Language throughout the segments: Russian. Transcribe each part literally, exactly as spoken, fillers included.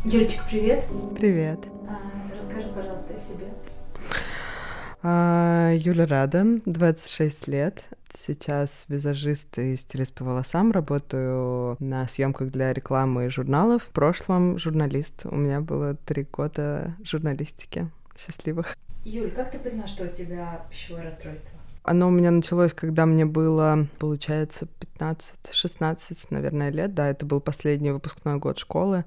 Юлечка, привет. Привет. А, расскажи, пожалуйста, о себе. А, Юля Рада, двадцать шесть лет. Сейчас визажист и стилист по волосам. Работаю на съемках для рекламы и журналов. В прошлом журналист. У меня было три года журналистики счастливых. Юль, как ты поняла, что у тебя пищевое расстройство? Оно у меня началось, когда мне было, получается, пятнадцать-шестнадцать, наверное, лет. Да, это был последний выпускной год школы,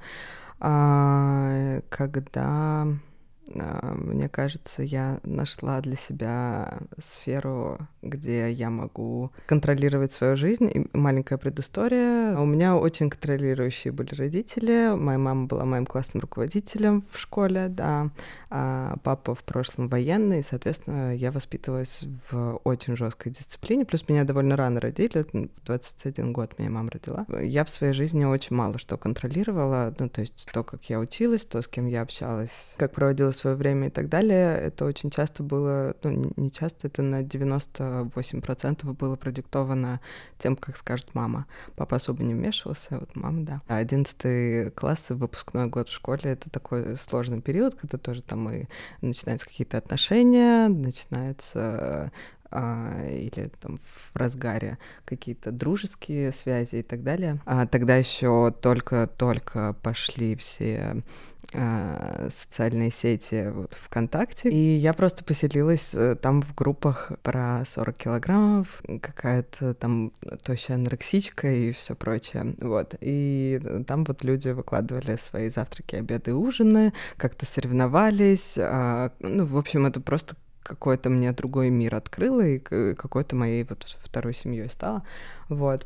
когда, мне кажется, я нашла для себя сферу, где я могу контролировать свою жизнь. И маленькая предыстория. У меня очень контролирующие были родители. Моя мама была моим классным руководителем в школе, да. А папа в прошлом военный, и, соответственно, я воспитывалась в очень жесткой дисциплине. Плюс меня довольно рано родили, в двадцать один год меня мама родила. Я в своей жизни очень мало что контролировала, ну, то есть то, как я училась, то, с кем я общалась, как проводила свое время и так далее, это очень часто было, ну, не часто, это на девяносто восемь процентов было продиктовано тем, как скажет мама. Папа особо не вмешивался, вот мама, да. одиннадцатый класс, выпускной год в школе, это такой сложный период, когда тоже там и начинаются какие-то отношения, начинаются а, или там в разгаре какие-то дружеские связи и так далее. А тогда еще только-только пошли все а, социальные сети вот ВКонтакте, и я просто поселилась там в группах про сорок килограммов, какая-то там тощая анорексичка и все прочее, вот. И там вот люди выкладывали свои завтраки, обеды, ужины, как-то соревновались, а, ну, в общем, это просто какой-то мне другой мир открыло, и какой-то моей вот второй семьей стало, вот.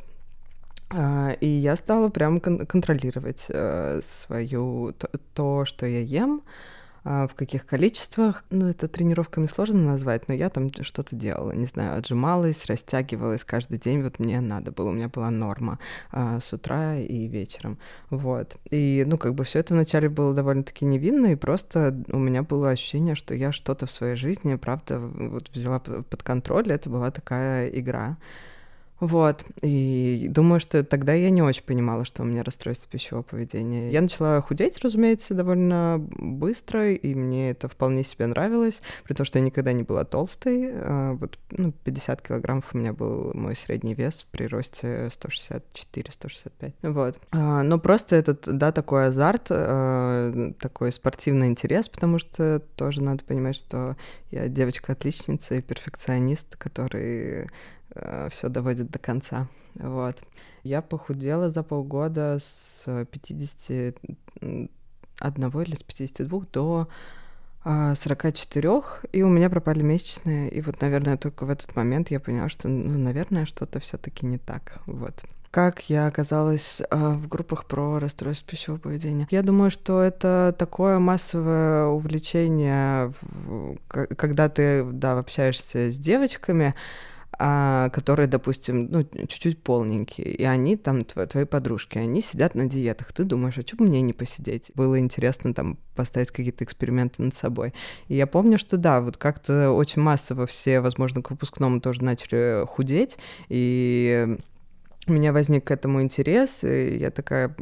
И я стала прям кон- контролировать э, свою, то, то, что я ем, э, в каких количествах. Ну, это тренировками сложно назвать, но я там что-то делала, не знаю, отжималась, растягивалась каждый день, вот мне надо было, у меня была норма э, с утра и вечером, вот. И, ну, как бы все это вначале было довольно-таки невинно, и просто у меня было ощущение, что я что-то в своей жизни, правда, вот взяла под контроль, это была такая игра. Вот, и думаю, что тогда я не очень понимала, что у меня расстройство пищевого поведения. Я начала худеть, разумеется, довольно быстро, и мне это вполне себе нравилось, при том, что я никогда не была толстой. Вот, ну, пятьдесят килограммов у меня был мой средний вес при росте сто шестьдесят четыре - сто шестьдесят пять. Вот. Но просто этот, да, такой азарт, такой спортивный интерес, потому что тоже надо понимать, что я девочка-отличница и перфекционист, который все доводит до конца. Вот. Я похудела за полгода с пятидесяти одного или с пятидесяти двух до сорока четырёх, и у меня пропали месячные. И вот, наверное, только в этот момент я поняла, что, ну, наверное, что-то все-таки не так. Вот. Как я оказалась э, в группах про расстройство пищевого поведения? Я думаю, что это такое массовое увлечение, в, когда ты, да, общаешься с девочками, а, которые, допустим, ну, чуть-чуть полненькие, и они там, тв- твои подружки, они сидят на диетах. Ты думаешь, а что бы мне не посидеть? Было интересно там поставить какие-то эксперименты над собой. И я помню, что да, вот как-то очень массово все, возможно, к выпускному тоже начали худеть, и у меня возник к этому интерес, и я такая...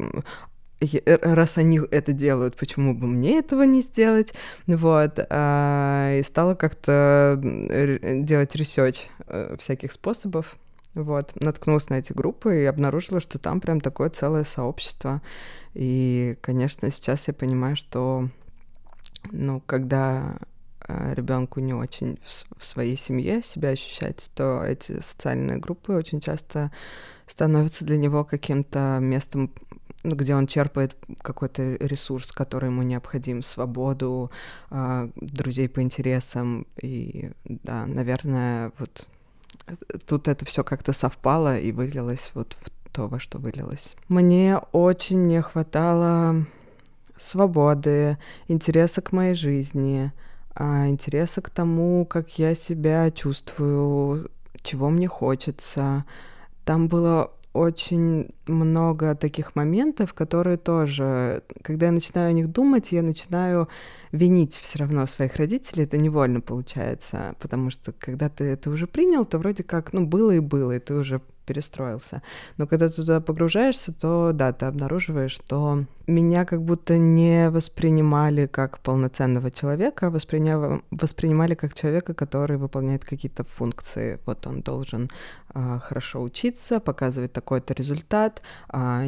раз они это делают, почему бы мне этого не сделать? Вот. И стала как-то делать ресерч всяких способов. Вот. Наткнулась на эти группы и обнаружила, что там прям такое целое сообщество. И, конечно, сейчас я понимаю, что, ну, когда ребенку не очень в своей семье себя ощущать, то эти социальные группы очень часто становятся для него каким-то местом, где он черпает какой-то ресурс, который ему необходим, свободу, друзей по интересам. И да, наверное, вот тут это все как-то совпало и вылилось вот в то, во что вылилось. Мне очень не хватало свободы, интереса к моей жизни, интереса к тому, как я себя чувствую, чего мне хочется. Там было очень много таких моментов, которые тоже, когда я начинаю о них думать, я начинаю винить все равно своих родителей, это невольно получается, потому что когда ты это уже принял, то вроде как, ну, было и было, и ты уже перестроился. Но когда ты туда погружаешься, то да, ты обнаруживаешь, что меня как будто не воспринимали как полноценного человека, а восприня... воспринимали как человека, который выполняет какие-то функции. Вот он должен а, хорошо учиться, показывать такой-то результат, а,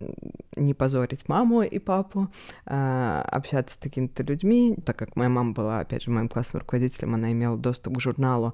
не позорить маму и папу, а, общаться с такими-то людьми. Так как моя мама была, опять же, моим классным руководителем, она имела доступ к журналу,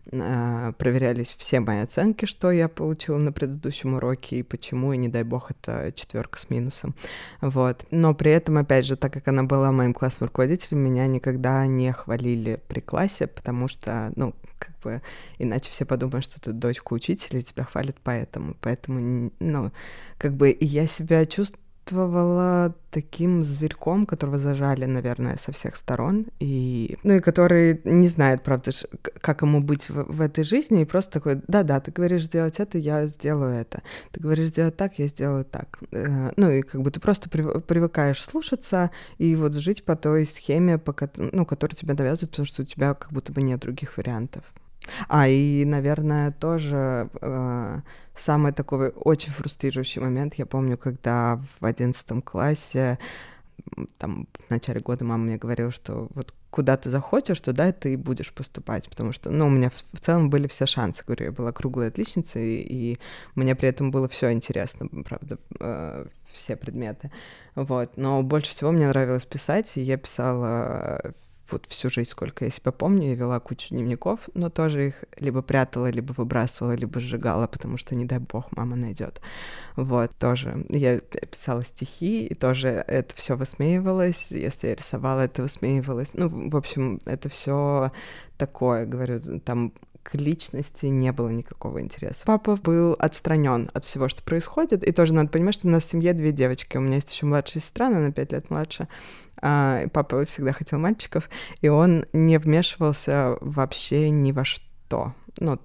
а, проверялись все мои оценки, что я получила на предыдущем уроке и почему, и не дай бог, это четверка с минусом. Вот. Но при этом, опять же, так как она была моим классным руководителем, меня никогда не хвалили при классе, потому что, ну, как бы, иначе все подумают, что ты дочка учителя, и тебя хвалят поэтому. Поэтому, ну, как бы, и я себя чувствую, чувствовала таким зверьком, которого зажали, наверное, со всех сторон, и, ну, и который не знает, правда, как ему быть в, в этой жизни, и просто такой, да-да, ты говоришь сделать это, я сделаю это, ты говоришь сделать так, я сделаю так. Ну, и как бы ты просто привыкаешь слушаться и вот жить по той схеме, по, ну, которую тебя навязывают, потому что у тебя как будто бы нет других вариантов. А, и, наверное, тоже э, самый такой очень фрустрирующий момент, я помню, когда в одиннадцатом классе, там, в начале года мама мне говорила, что вот куда ты захочешь, туда ты и будешь поступать, потому что, ну, у меня в, в целом были все шансы, говорю, я была круглой отличницей, и, и мне при этом было все интересно, правда, э, все предметы, вот, но больше всего мне нравилось писать, и я писала вот всю жизнь, сколько я себя помню, я вела кучу дневников, но тоже их либо прятала, либо выбрасывала, либо сжигала, потому что, не дай бог, мама найдет. Вот, тоже. Я писала стихи, и тоже это все высмеивалось. Если я рисовала, это высмеивалось. Ну, в общем, это все такое, говорю, там к личности не было никакого интереса. Папа был отстранен от всего, что происходит, и тоже надо понимать, что у нас в семье две девочки. У меня есть еще младшая сестра, она на пять лет младше. А, папа всегда хотел мальчиков, и он не вмешивался вообще ни во что. Ну,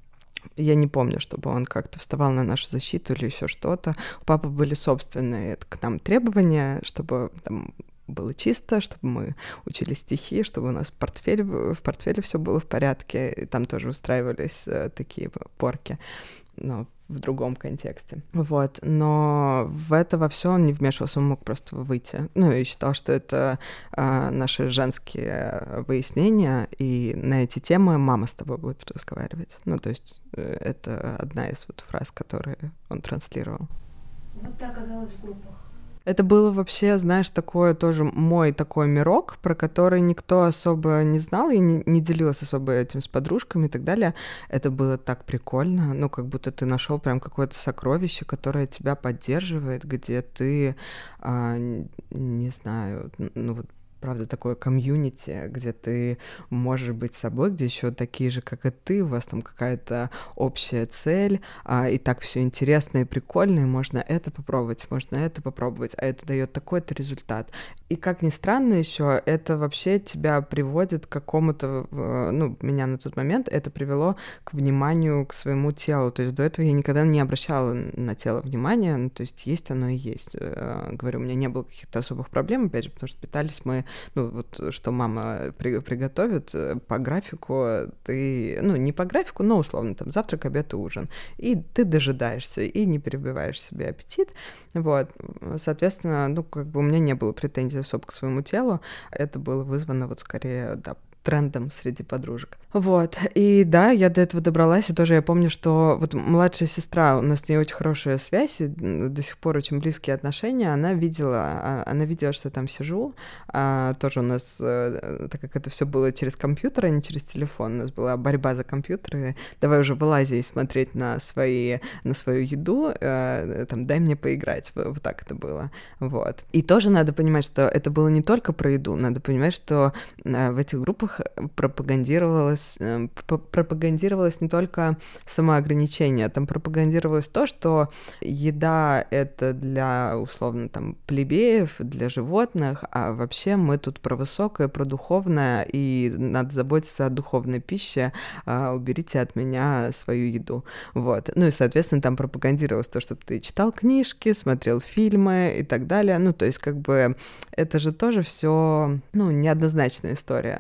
я не помню, чтобы он как-то вставал на нашу защиту или еще что-то. У папы были собственные к нам требования, чтобы там было чисто, чтобы мы учили стихи, чтобы у нас в портфеле, в портфеле все было в порядке, и там тоже устраивались э, такие порки, но в другом контексте. Вот, но в это во все он не вмешивался, он мог просто выйти. Ну, и считал, что это э, наши женские выяснения, и на эти темы мама с тобой будет разговаривать. Ну, то есть э, это одна из вот фраз, которые он транслировал. Вот ты оказалась в группах. Это было вообще, знаешь, такое тоже мой такой мирок, про который никто особо не знал, и не, не делилась особо этим с подружками и так далее. Это было так прикольно, ну, как будто ты нашел прям какое-то сокровище, которое тебя поддерживает, где ты, а, не знаю, ну вот, правда, такое комьюнити, где ты можешь быть собой, где еще такие же, как и ты, у вас там какая-то общая цель, а, и так все интересно и прикольно, и можно это попробовать, можно это попробовать, а это дает такой-то результат. И как ни странно еще, это вообще тебя приводит к какому-то, ну, меня на тот момент это привело к вниманию к своему телу, то есть до этого я никогда не обращала на тело внимания, ну, то есть есть оно и есть. Говорю, у меня не было каких-то особых проблем, опять же, потому что питались мы, ну, вот что мама при, приготовит по графику, ты, ну, не по графику, но условно, там, завтрак, обед и ужин, и ты дожидаешься, и не перебиваешь себе аппетит, вот, соответственно, ну, как бы у меня не было претензий особо к своему телу, это было вызвано вот скорее, да, трендом среди подружек. Вот, и да, я до этого добралась, и тоже я помню, что вот младшая сестра, у нас с ней очень хорошая связь, и до сих пор очень близкие отношения, она видела, она видела, что я там сижу, а, тоже у нас, так как это все было через компьютер, а не через телефон, у нас была борьба за компьютеры, давай уже вылази и смотреть на свои, на свою еду, а, там, дай мне поиграть, вот так это было, вот. И тоже надо понимать, что это было не только про еду, надо понимать, что в этих группах пропагандировалось, пропагандировалось не только самоограничение, там пропагандировалось то, что еда — это для, условно, там, плебеев, для животных, а вообще мы тут про высокое, про духовное, и надо заботиться о духовной пище, а уберите от меня свою еду. Вот. Ну и, соответственно, там пропагандировалось то, чтобы ты читал книжки, смотрел фильмы и так далее. Ну, то есть, как бы, это же тоже все, ну, неоднозначная история. И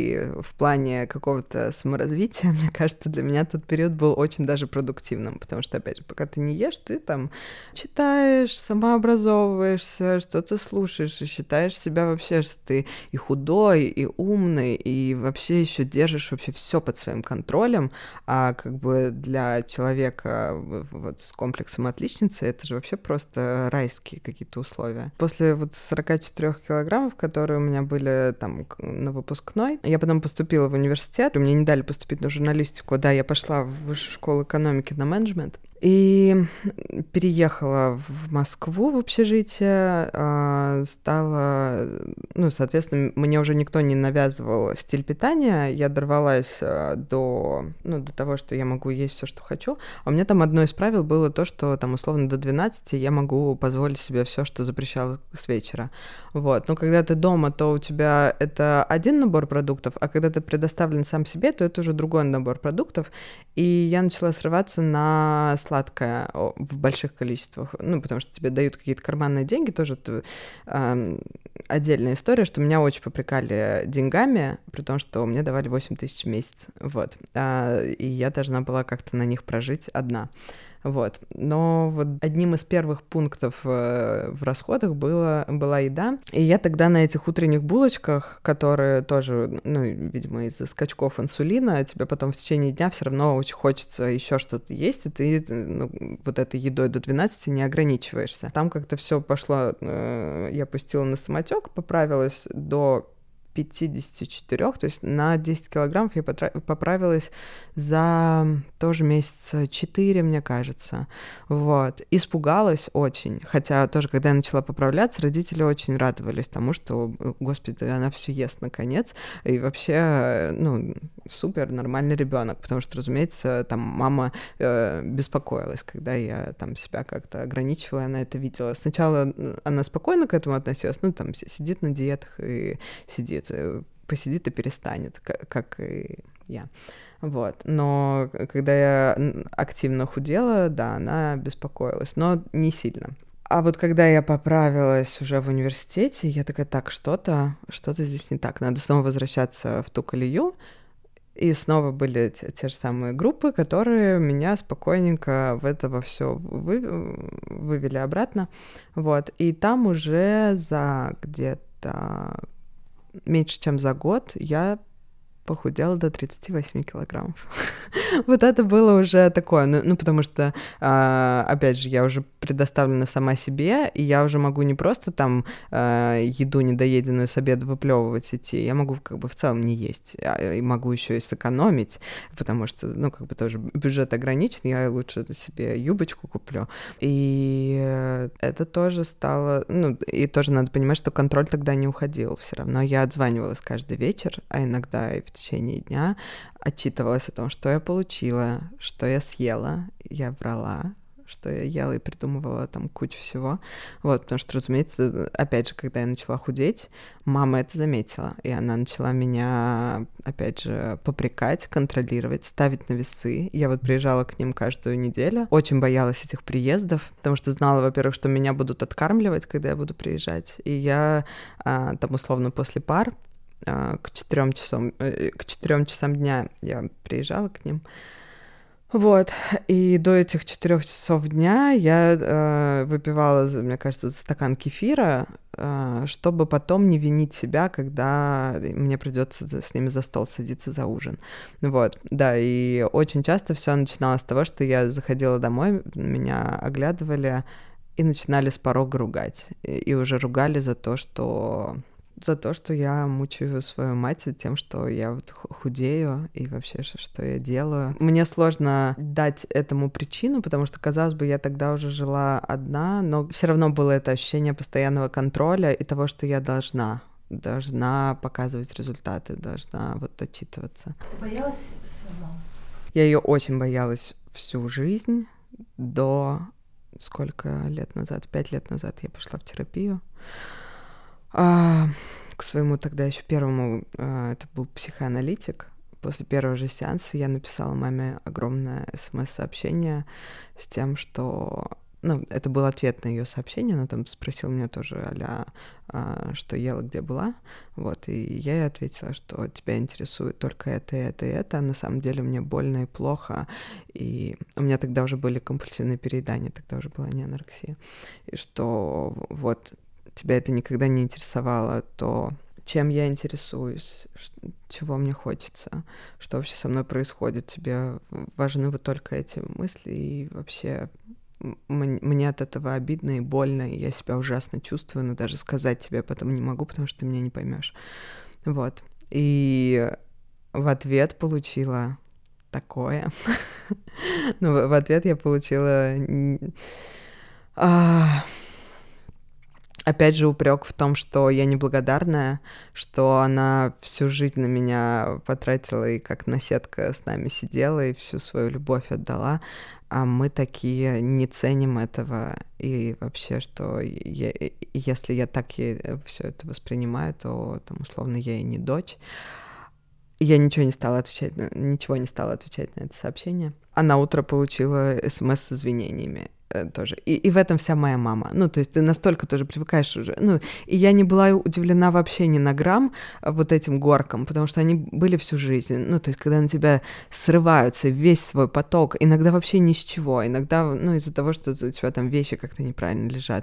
И в плане какого-то саморазвития, мне кажется, для меня тот период был очень даже продуктивным, потому что, опять же, пока ты не ешь, ты там читаешь, самообразовываешься, что-то слушаешь и считаешь себя вообще, что ты и худой, и умный, и вообще еще держишь вообще все под своим контролем, а как бы для человека вот с комплексом отличницы это же вообще просто райские какие-то условия. После вот сорок четыре килограммов, которые у меня были там на выпускной, я потом поступила в университет, мне не дали поступить на журналистику, да, я пошла в высшую школу экономики на менеджмент, и переехала в Москву в общежитие, стала, ну, соответственно, мне уже никто не навязывал стиль питания, я дорвалась до, ну, до того, что я могу есть все, что хочу, а у меня там одно из правил было то, что там условно до двенадцати я могу позволить себе все, что запрещал с вечера, вот, но когда ты дома, то у тебя это один набор продуктов, а когда ты предоставлен сам себе, то это уже другой набор продуктов, и я начала срываться на сладкое в больших количествах, ну, потому что тебе дают какие-то карманные деньги, тоже это, э, отдельная история, что меня очень попрекали деньгами, при том, что мне давали восемь тысяч в месяц, вот, а, и я должна была как-то на них прожить одна. Вот. Но вот одним из первых пунктов в расходах было, была еда. И я тогда на этих утренних булочках, которые тоже, ну, видимо, из-за скачков инсулина, тебе потом в течение дня все равно очень хочется еще что-то есть, и ты, ну, вот этой едой до двенадцати не ограничиваешься. Там как-то все пошло, я пустила на самотек, поправилась до пятидесяти четырёх, то есть на десять килограммов я потра- поправилась за тоже месяца четыре, мне кажется, вот, испугалась очень, хотя тоже, когда я начала поправляться, родители очень радовались тому, что, господи, она все ест наконец, и вообще, ну, супер, нормальный ребенок, потому что, разумеется, там мама э, беспокоилась, когда я там себя как-то ограничивала, она это видела. Сначала она спокойно к этому относилась, ну, там, сидит на диетах и сидит, посидит и перестанет, как и я. Вот. Но когда я активно худела, да, она беспокоилась, но не сильно. А вот когда я поправилась уже в университете, я такая, так, что-то, что-то здесь не так, надо снова возвращаться в ту колею. И снова были те, те же самые группы, которые меня спокойненько в это во все вы, вывели обратно. Вот. И там уже за где-то меньше, чем за год я похудела до тридцати восьми килограммов. Вот это было уже такое, ну, ну потому что, э, опять же, я уже предоставлена сама себе, и я уже могу не просто там э, еду недоеденную с обеда выплевывать идти, я могу как бы в целом не есть, и могу еще и сэкономить, потому что, ну, как бы тоже бюджет ограничен, я лучше себе юбочку куплю. И это тоже стало, ну, и тоже надо понимать, что контроль тогда не уходил все равно. Я отзванивалась каждый вечер, а иногда и в течение дня отчитывалась о том, что я получила, что я съела, я врала, что я ела и придумывала там кучу всего. Вот, потому что, разумеется, опять же, когда я начала худеть, мама это заметила, и она начала меня, опять же, попрекать, контролировать, ставить на весы. Я вот приезжала к ним каждую неделю, очень боялась этих приездов, потому что знала, во-первых, что меня будут откармливать, когда я буду приезжать, и я а, там условно после пар к четырем часам, к четырем часам дня я приезжала к ним. Вот, и до этих четырех часов дня я э, выпивала, мне кажется, стакан кефира, э, чтобы потом не винить себя, когда мне придется с ними за стол садиться за ужин. Вот, да, и очень часто все начиналось с того, что я заходила домой, меня оглядывали и начинали с порога ругать. И, и уже ругали за то, что... за то, что я мучаю свою мать тем, что я вот худею и вообще, что я делаю. Мне сложно дать этому причину, потому что, казалось бы, я тогда уже жила одна, но все равно было это ощущение постоянного контроля и того, что я должна, должна показывать результаты, должна вот отчитываться. Ты боялась свою маму? Я ее очень боялась всю жизнь до... Сколько лет назад? Пять лет назад я пошла в терапию. А, к своему тогда еще первому, а, это был психоаналитик. После первого же сеанса я написала маме огромное смс-сообщение с тем, что ну, это был ответ на ее сообщение, она там спросила меня тоже а-ля, а, что ела, где была, вот, и я ей ответила, что тебя интересует только это, это и это, а на самом деле мне больно и плохо, и у меня тогда уже были компульсивные переедания, тогда уже была не анорексия, и что вот тебя это никогда не интересовало, то чем я интересуюсь, чего мне хочется, что вообще со мной происходит, тебе важны вот только эти мысли, и вообще мне от этого обидно и больно, и я себя ужасно чувствую, но даже сказать тебе потом не могу, потому что ты меня не поймешь. Вот. И в ответ получила такое. Ну, в ответ я получила... Опять же, упрек в том, что я неблагодарная, что она всю жизнь на меня потратила и как наседка с нами сидела и всю свою любовь отдала, а мы такие не ценим этого. И вообще, что я, если я так все это воспринимаю, то там условно я и не дочь. Я ничего не стала отвечать, ничего не стала отвечать на это сообщение. А на утро получила смс с извинениями. Тоже. И, и в этом вся моя мама. Ну, то есть ты настолько тоже привыкаешь уже. Ну, и я не была удивлена вообще ни на грамм вот этим горкам, потому что они были всю жизнь. Ну, то есть когда на тебя срываются весь свой поток, иногда вообще ни с чего, иногда, ну, из-за того, что у тебя там вещи как-то неправильно лежат,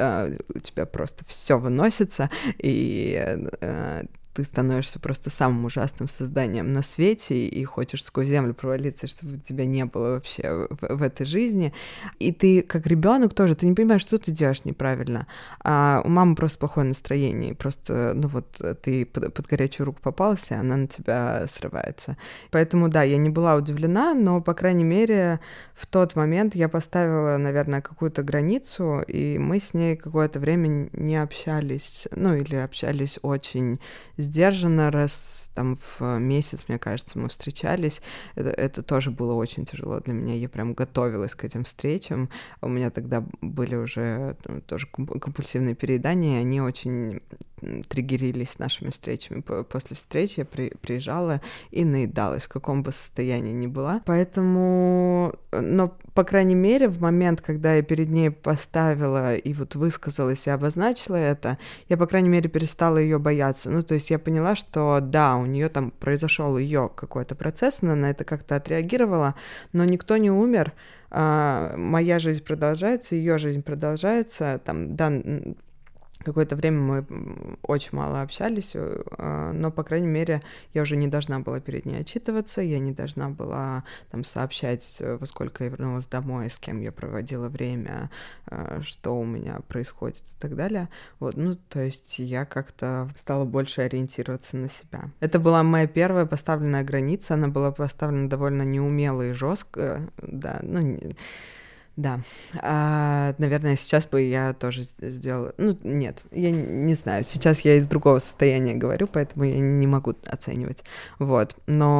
у тебя просто все выносится, и ты становишься просто самым ужасным созданием на свете и хочешь сквозь землю провалиться, чтобы тебя не было вообще в, в этой жизни. И ты, как ребенок тоже, ты не понимаешь, что ты делаешь неправильно. А у мамы просто плохое настроение. Просто, ну вот, ты под, под горячую руку попалась, и она на тебя срывается. Поэтому, да, я не была удивлена, но, по крайней мере, в тот момент я поставила, наверное, какую-то границу, и мы с ней какое-то время не общались, ну, или общались очень сдержанно, раз там в месяц, мне кажется, мы встречались. Это, это тоже было очень тяжело для меня. Я прям готовилась к этим встречам. У меня тогда были уже ну, тоже компульсивные переедания, и они очень триггерились нашими встречами. После встречи я при, приезжала и наедалась, в каком бы состоянии ни была. Поэтому, но, по крайней мере, в момент, когда я перед ней поставила и вот высказалась и обозначила это, я, по крайней мере, перестала ее бояться. Ну, то есть я поняла, что да, у нее там произошел ее какой-то процесс, она на это как-то отреагировала, но никто не умер, а, моя жизнь продолжается, ее жизнь продолжается, там, да, какое-то время мы очень мало общались, но, по крайней мере, я уже не должна была перед ней отчитываться, я не должна была там сообщать, во сколько я вернулась домой, с кем я проводила время, что у меня происходит и так далее. Вот, ну, то есть я как-то стала больше ориентироваться на себя. Это была моя первая поставленная граница, она была поставлена довольно неумело и жестко, да, ну, да, а, наверное, сейчас бы я тоже сделала... Ну, нет, я не знаю, сейчас я из другого состояния говорю, поэтому я не могу оценивать, вот,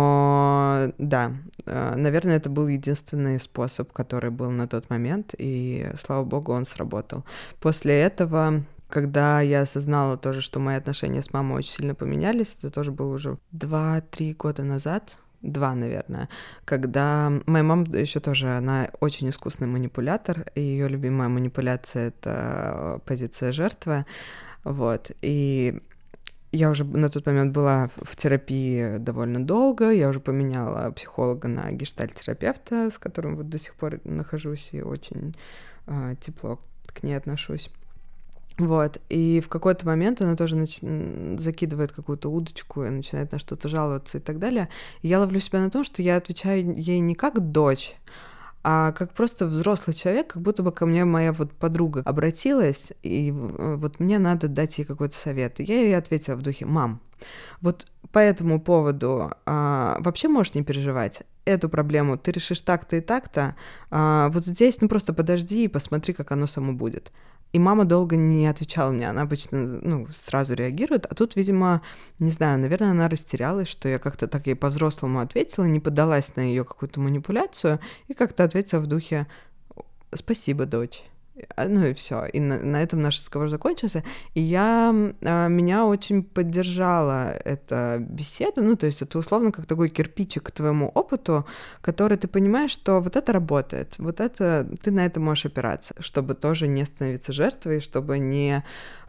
но да, наверное, это был единственный способ, который был на тот момент, и, слава богу, он сработал. После этого... Когда я осознала тоже, что мои отношения с мамой очень сильно поменялись, это тоже было уже два-три года назад, два, наверное, когда моя мама еще тоже, она очень искусный манипулятор, и ее любимая манипуляция — это позиция жертвы, вот, и я уже на тот момент была в терапии довольно долго, я уже поменяла психолога на гештальт-терапевта, с которым вот до сих пор нахожусь и очень э, тепло к ней отношусь. Вот, и в какой-то момент она тоже нач... закидывает какую-то удочку и начинает на что-то жаловаться и так далее. И я ловлю себя на том, что я отвечаю ей не как дочь, а как просто взрослый человек, как будто бы ко мне моя вот подруга обратилась, и вот мне надо дать ей какой-то совет. И я ей ответила в духе: «Мам, вот по этому поводу а, вообще можешь не переживать. Эту проблему ты решишь так-то и так-то. А, вот здесь, ну просто подожди и посмотри, как оно само будет». И мама долго не отвечала мне, она обычно, ну, сразу реагирует, а тут, видимо, не знаю, наверное, она растерялась, что я как-то так ей по-взрослому ответила, не поддалась на ее какую-то манипуляцию и как-то ответила в духе: «Спасибо, дочь». Ну и все. И на, на этом наш разговор закончился. И я, меня очень поддержала эта беседа. Ну, то есть это условно как такой кирпичик к твоему опыту, который ты понимаешь, что вот это работает, вот это, ты на это можешь опираться, чтобы тоже не становиться жертвой, чтобы не,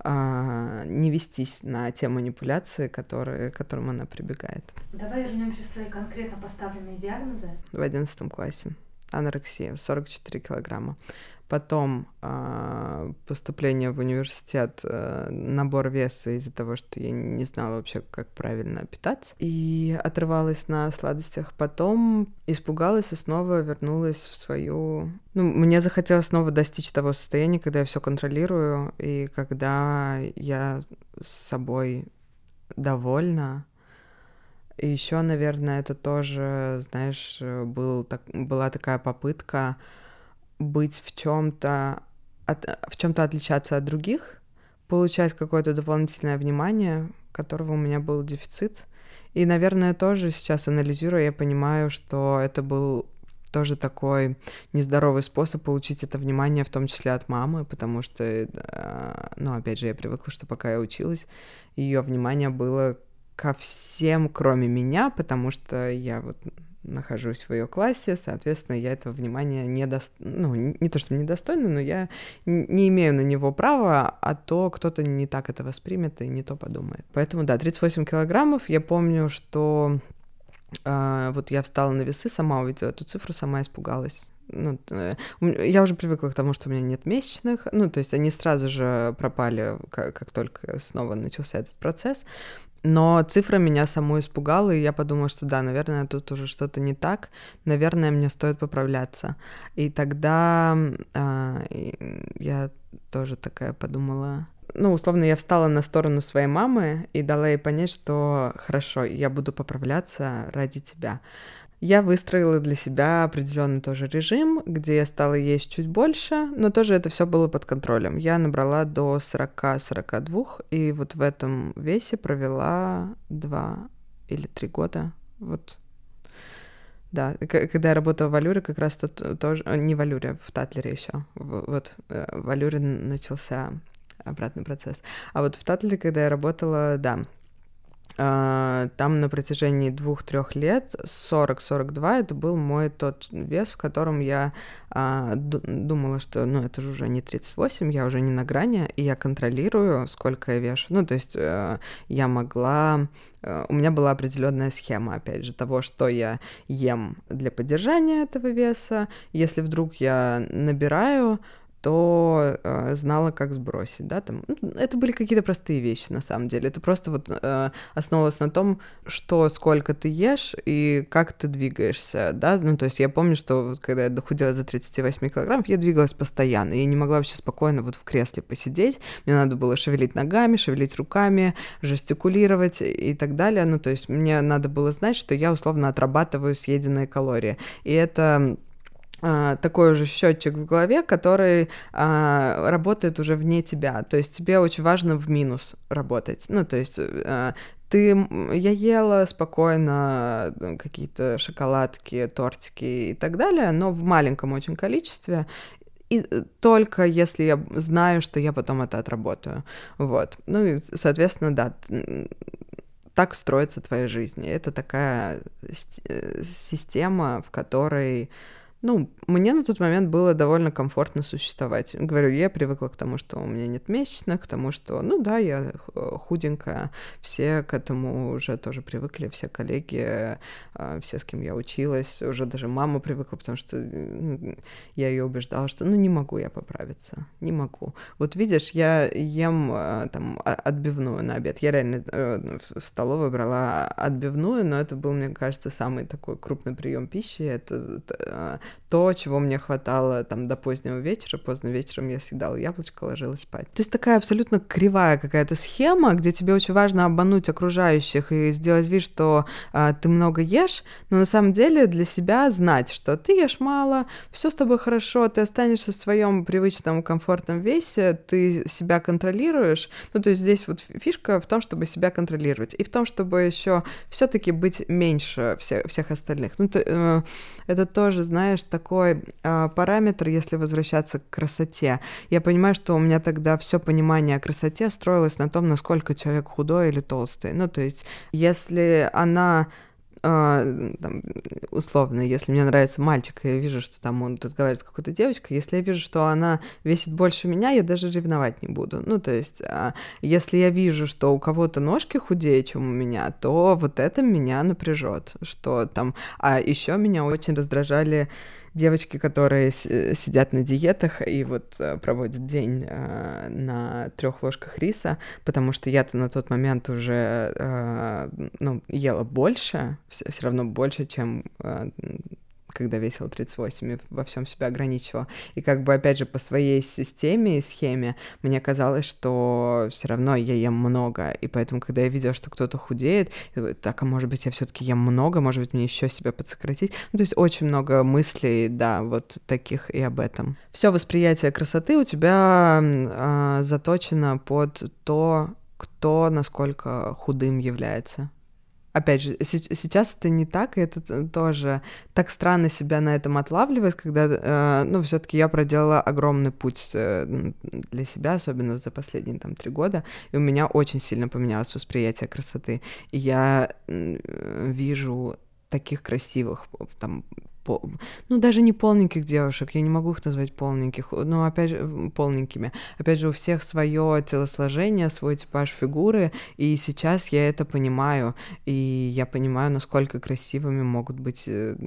не вестись на те манипуляции, которые, к которым она прибегает. Давай вернемся в твои конкретно поставленные диагнозы. В одиннадцатом классе анорексия, сорок четыре килограмма. Потом э, поступление в университет, э, набор веса из-за того, что я не знала вообще, как правильно питаться, и отрывалась на сладостях. Потом испугалась и снова вернулась в свою... Ну, мне захотелось снова достичь того состояния, когда я все контролирую, и когда я с собой довольна. И еще, наверное, это тоже, знаешь, был так, была такая попытка быть в чем-то, в чем-то отличаться от других, получать какое-то дополнительное внимание, которого у меня был дефицит. И, наверное, тоже сейчас анализируя, я понимаю, что это был тоже такой нездоровый способ получить это внимание, в том числе от мамы, потому что, ну, опять же, я привыкла, что пока я училась, ее внимание было ко всем, кроме меня, потому что я вот нахожусь в ее классе, соответственно, я этого внимания не дост... ну, не то, что недостойна, но я не имею на него права, а то кто-то не так это воспримет и не то подумает. Поэтому, да, тридцать восемь килограммов. Я помню, что э, вот я встала на весы, сама увидела эту цифру, сама испугалась. Ну, я уже привыкла к тому, что у меня нет месячных, ну, то есть они сразу же пропали, как, как только снова начался этот процесс. Но цифра меня саму испугала, и я подумала, что да, наверное, тут уже что-то не так, наверное, мне стоит поправляться. И тогда а, я тоже такая подумала... Ну, условно, я встала на сторону своей мамы и дала ей понять, что хорошо, я буду поправляться ради тебя. Я выстроила для себя определенный тоже режим, где я стала есть чуть больше, но тоже это все было под контролем. Я набрала до сорок-сорок два, и вот в этом весе провела два или три года. Вот. Да, когда я работала в Алюре, как раз тут тоже... Не в Алюре, в Татлере еще. Вот в Алюре начался обратный процесс. А вот в Татлере, когда я работала, да, там на протяжении двух-трех лет сорок-сорок два это был мой тот вес, в котором я а, думала, что ну это же уже не тридцать восемь, я уже не на грани, и я контролирую, сколько я вешу. Ну, то есть э, я могла... Э, у меня была определенная схема, опять же, того, что я ем для поддержания этого веса. Если вдруг я набираю, то э, знала, как сбросить, да, там, это были какие-то простые вещи, на самом деле, это просто вот э, основывалось на том, что, сколько ты ешь и как ты двигаешься, да, ну, то есть я помню, что вот, когда я дохудела до тридцати восьми килограммов, я двигалась постоянно, я не могла вообще спокойно вот в кресле посидеть, мне надо было шевелить ногами, шевелить руками, жестикулировать и так далее, ну, то есть мне надо было знать, что я условно отрабатываю съеденные калории, и это... такой же счетчик в голове, который а, работает уже вне тебя. То есть тебе очень важно в минус работать. Ну, то есть а, ты... Я ела спокойно какие-то шоколадки, тортики и так далее, но в маленьком очень количестве. И только если я знаю, что я потом это отработаю. Вот. Ну и, соответственно, да, так строится твоя жизнь. И это такая система, в которой... Ну, мне на тот момент было довольно комфортно существовать. Говорю, я привыкла к тому, что у меня нет месячных, к тому, что, ну да, я худенькая, все к этому уже тоже привыкли, все коллеги, все, с кем я училась, уже даже мама привыкла, потому что я ее убеждала, что, ну, не могу я поправиться, не могу. Вот видишь, я ем там отбивную на обед. Я реально в столовой брала отбивную, но это был, мне кажется, самый такой крупный прием пищи. Это то, чего мне хватало там до позднего вечера, поздно вечером я съедала яблочко, ложилась спать. То есть такая абсолютно кривая какая-то схема, где тебе очень важно обмануть окружающих и сделать вид, что а, ты много ешь, но на самом деле для себя знать, что ты ешь мало, все с тобой хорошо, ты останешься в своем привычном комфортном весе, ты себя контролируешь. Ну, то есть здесь вот фишка в том, чтобы себя контролировать, и в том, чтобы еще все-таки быть меньше всех, всех остальных. Ну, то, э, это тоже, знаешь, знаешь, такой э, параметр, если возвращаться к красоте. Я понимаю, что у меня тогда все понимание о красоте строилось на том, насколько человек худой или толстый. Ну, то есть, если она... Uh, там, условно, если мне нравится мальчик, и я вижу, что там он разговаривает с какой-то девочкой, если я вижу, что она весит больше меня, я даже ревновать не буду. Ну, то есть, uh, если я вижу, что у кого-то ножки худее, чем у меня, то вот это меня напряжет, что там... А еще меня очень раздражали девочки, которые с- сидят на диетах и вот э, проводят день э, на трех ложках риса, потому что я-то на тот момент уже э, ну, ела больше, все равно больше, чем э, когда весила тридцать восемь, и во всем себя ограничивала. И как бы, опять же, по своей системе и схеме мне казалось, что все равно я ем много, и поэтому, когда я видела, что кто-то худеет, я говорю, так, а может быть, я все-таки ем много, может быть, мне еще себя подсократить. Ну, то есть очень много мыслей, да, вот таких и об этом. Все восприятие красоты у тебя э, заточено под то, кто насколько худым является. Опять же, сейчас это не так, и это тоже так странно себя на этом отлавливать, когда, э, ну, все-таки я проделала огромный путь для себя, особенно за последние там три года, и у меня очень сильно поменялось восприятие красоты. И я вижу таких красивых, там, по... ну, даже не полненьких девушек, я не могу их назвать полненьких, но, опять же, полненькими. Опять же, у всех свое телосложение, свой типаж фигуры, и сейчас я это понимаю, и я понимаю, насколько красивыми могут быть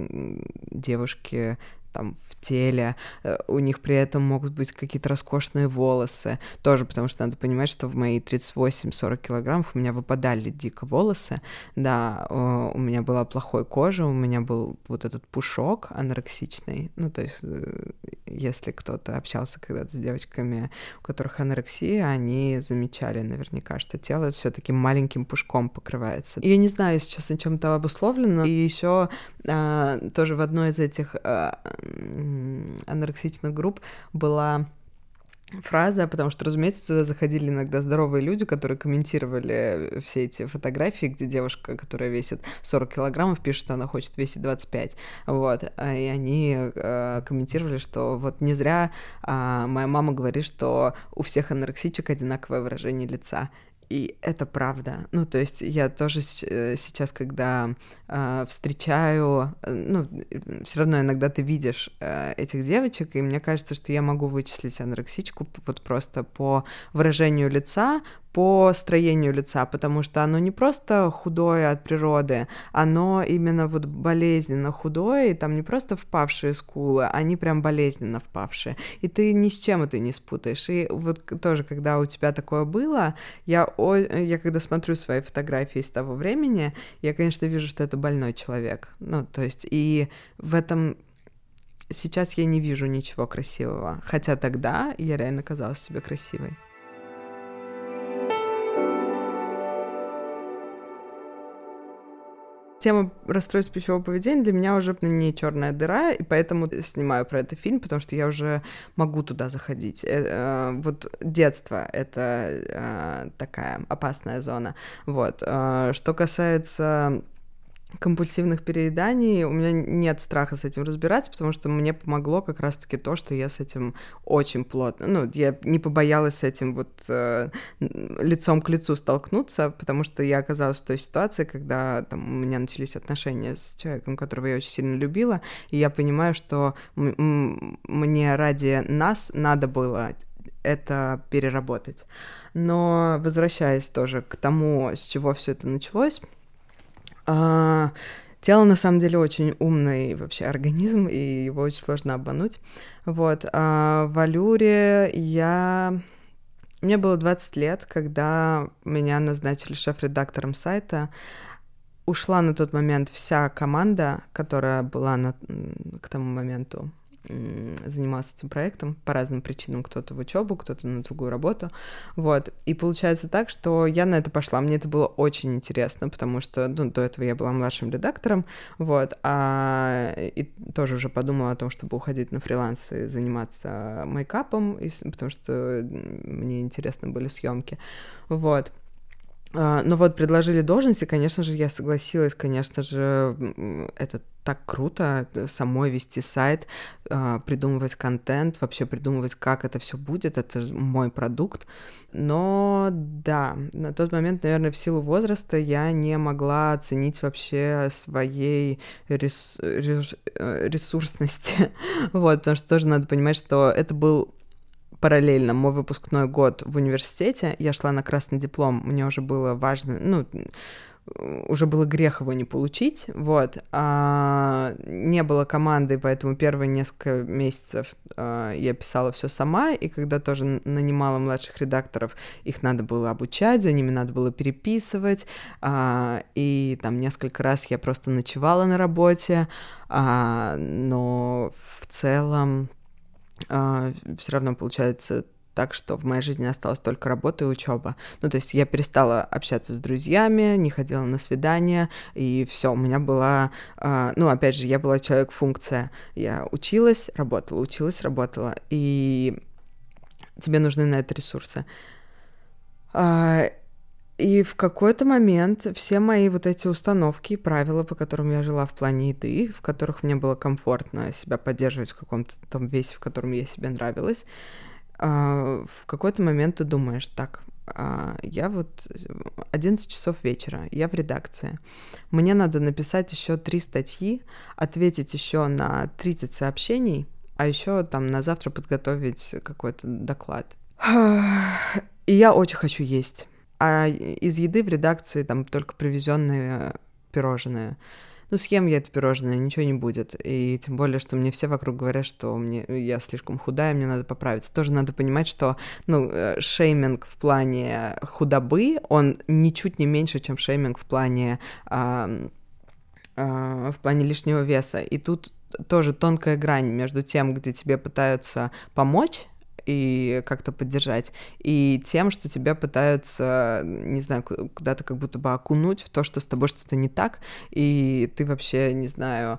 девушки там в теле, у них при этом могут быть какие-то роскошные волосы, тоже потому что надо понимать, что в мои тридцать восемь сорок килограммов у меня выпадали дико волосы, да, у меня была плохой кожа, у меня был вот этот пушок анорексичный, ну, то есть, если кто-то общался когда-то с девочками, у которых анорексия, они замечали наверняка, что тело все таким маленьким пушком покрывается. И я не знаю, сейчас о чем-то обусловлено, и еще а, тоже в одной из этих а, анорексичных групп была фраза, потому что, разумеется, туда заходили иногда здоровые люди, которые комментировали все эти фотографии, где девушка, которая весит сорок килограммов, пишет, что она хочет весить двадцать пять, вот, и они э, комментировали, что вот не зря э, моя мама говорит, что у всех анорексичек одинаковое выражение лица. И это правда. Ну, то есть я тоже сейчас, когда э, встречаю, ну, все равно иногда ты видишь э, этих девочек, и мне кажется, что я могу вычислить анорексичку вот просто по выражению лица, по строению лица, потому что оно не просто худое от природы, оно именно вот болезненно худое, и там не просто впавшие скулы, они прям болезненно впавшие, и ты ни с чем это не спутаешь. И вот тоже, когда у тебя такое было, я, о, я когда смотрю свои фотографии с того времени, я, конечно, вижу, что это больной человек. Ну, то есть, и в этом... Сейчас я не вижу ничего красивого, хотя тогда я реально казалась себе красивой. Тема расстройств пищевого поведения для меня уже не черная дыра, и поэтому снимаю про это фильм, потому что я уже могу туда заходить. Вот детство — это такая опасная зона. Вот. Что касается компульсивных перееданий, у меня нет страха с этим разбираться, потому что мне помогло как раз-таки то, что я с этим очень плотно, ну, я не побоялась с этим вот э, лицом к лицу столкнуться, потому что я оказалась в той ситуации, когда там у меня начались отношения с человеком, которого я очень сильно любила, и я понимаю, что м- м- мне ради нас надо было это переработать. Но возвращаясь тоже к тому, с чего все это началось, А, тело, на самом деле, очень умный вообще организм, и его очень сложно обмануть. Вот. А в Алюре я... Мне было двадцать лет, когда меня назначили шеф-редактором сайта. Ушла на тот момент вся команда, которая была на... к тому моменту занимался этим проектом по разным причинам, кто-то в учебу, кто-то на другую работу, вот, и получается так, что я на это пошла, мне это было очень интересно, потому что, ну, до этого я была младшим редактором, вот, а и тоже уже подумала о том, чтобы уходить на фриланс и заниматься мейкапом, потому что мне интересны были съемки, вот. А, ну вот предложили должность, и, конечно же, я согласилась. Конечно же, это так круто самой вести сайт, а, придумывать контент, вообще придумывать, как это все будет. Это ж мой продукт. Но да, на тот момент, наверное, в силу возраста я не могла оценить вообще своей рес- реш- э, ресурсности. Вот, потому что тоже надо понимать, что это был параллельно мой выпускной год в университете. Я шла на красный диплом, мне уже было важно, ну, уже было грех его не получить, вот. А, не было команды, поэтому первые несколько месяцев а, я писала все сама, и когда тоже нанимала младших редакторов, их надо было обучать, за ними надо было переписывать, а, и там несколько раз я просто ночевала на работе, а, но в целом Uh, все равно получается так, что в моей жизни осталась только работа и учеба. Ну, то есть я перестала общаться с друзьями, не ходила на свидания, и все, у меня была, uh, ну, опять же, я была человек-функция. Я училась, работала, училась, работала, и тебе нужны на это ресурсы. Uh, И в какой-то момент все мои вот эти установки и правила, по которым я жила в плане еды, в которых мне было комфортно себя поддерживать в каком-то там весе, в котором я себе нравилась, в какой-то момент ты думаешь, так, я вот одиннадцать часов вечера, я в редакции, мне надо написать еще три статьи, ответить еще на тридцать сообщений, а еще там на завтра подготовить какой-то доклад. И я очень хочу есть. А из еды в редакции там только привезенные пирожные. Ну, съем я это пирожное, ничего не будет. И тем более, что мне все вокруг говорят, что мне, я слишком худая, мне надо поправиться. Тоже надо понимать, что, ну, шейминг в плане худобы, он ничуть не меньше, чем шейминг в плане, а, а, в плане лишнего веса. И тут тоже тонкая грань между тем, где тебе пытаются помочь и как-то поддержать, и тем, что тебя пытаются, не знаю, куда-то как будто бы окунуть в то, что с тобой что-то не так, и ты вообще, не знаю,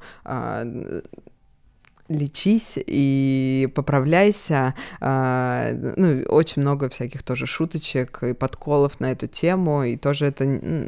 лечись и поправляйся. А, ну, очень много всяких тоже шуточек и подколов на эту тему, и тоже это,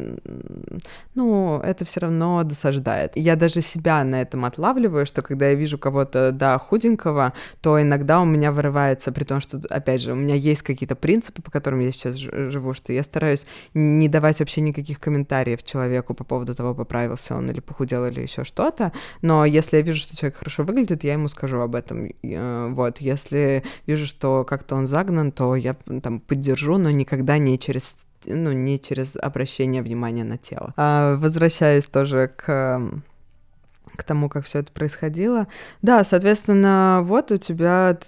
ну, это все равно досаждает. Я даже себя на этом отлавливаю, что когда я вижу кого-то, да, худенького, то иногда у меня вырывается, при том, что, опять же, у меня есть какие-то принципы, по которым я сейчас живу, что я стараюсь не давать вообще никаких комментариев человеку по поводу того, поправился он или похудел или еще что-то, но если я вижу, что человек хорошо выглядит, я ему скажу об этом. Вот, если вижу, что как-то он загнан, то я там поддержу, но никогда не через, ну, не через обращение внимания на тело. А, возвращаясь тоже к к тому, как все это происходило. Да, соответственно, вот у тебя,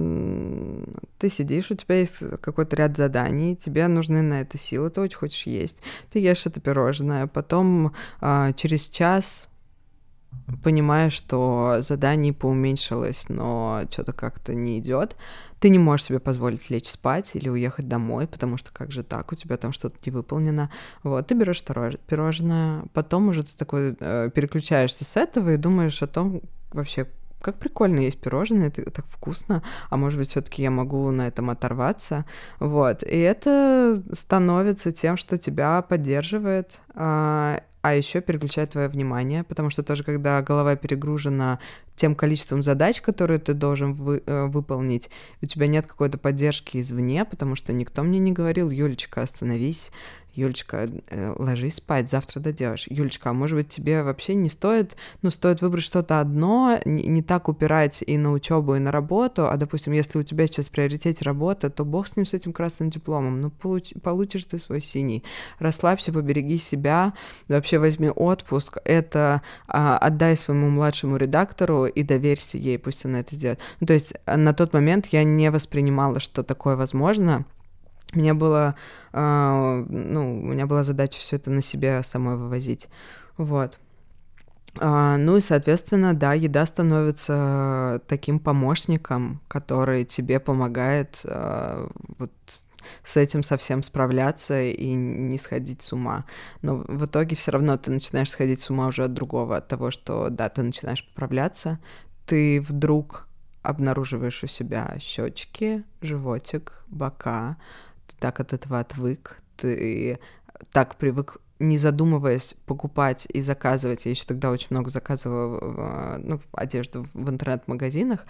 ты сидишь, у тебя есть какой-то ряд заданий, тебе нужны на это силы, ты очень хочешь есть, ты ешь это пирожное, потом а, через час понимаешь, что заданий поуменьшилось, но что-то как-то не идет, ты не можешь себе позволить лечь спать или уехать домой, потому что как же так, у тебя там что-то не выполнено. Вот, ты берешь второе пирожное, потом уже ты такой э, переключаешься с этого и думаешь о том, вообще, как прикольно есть пирожные, это так вкусно, а может быть, все-таки я могу на этом оторваться, вот, и это становится тем, что тебя поддерживает, а, а еще переключает твое внимание, потому что тоже, когда голова перегружена тем количеством задач, которые ты должен вы, э, выполнить, у тебя нет какой-то поддержки извне, потому что никто мне не говорил: Юлечка, остановись, Юлечка, э, ложись спать, завтра доделаешь. Юлечка, а может быть, тебе вообще не стоит, ну, стоит выбрать что-то одно, не, не так упирать и на учебу, и на работу, а, допустим, если у тебя сейчас в приоритете работа, то бог с ним, с этим красным дипломом, ну, получ, получишь ты свой синий. Расслабься, побереги себя, вообще возьми отпуск, это а, отдай своему младшему редактору и доверься ей, пусть она это сделает. Ну, то есть на тот момент я не воспринимала, что такое возможно. У меня было, э, ну, у меня была задача все это на себе самой вывозить, вот. А, ну и, соответственно, да, еда становится таким помощником, который тебе помогает э, вот с этим совсем справляться и не сходить с ума. Но в итоге все равно ты начинаешь сходить с ума уже от другого, от того, что, да, ты начинаешь поправляться, ты вдруг обнаруживаешь у себя щечки, животик, бока, ты так от этого отвык, ты так привык, не задумываясь, покупать и заказывать. Я еще тогда очень много заказывала ну, одежду в интернет-магазинах.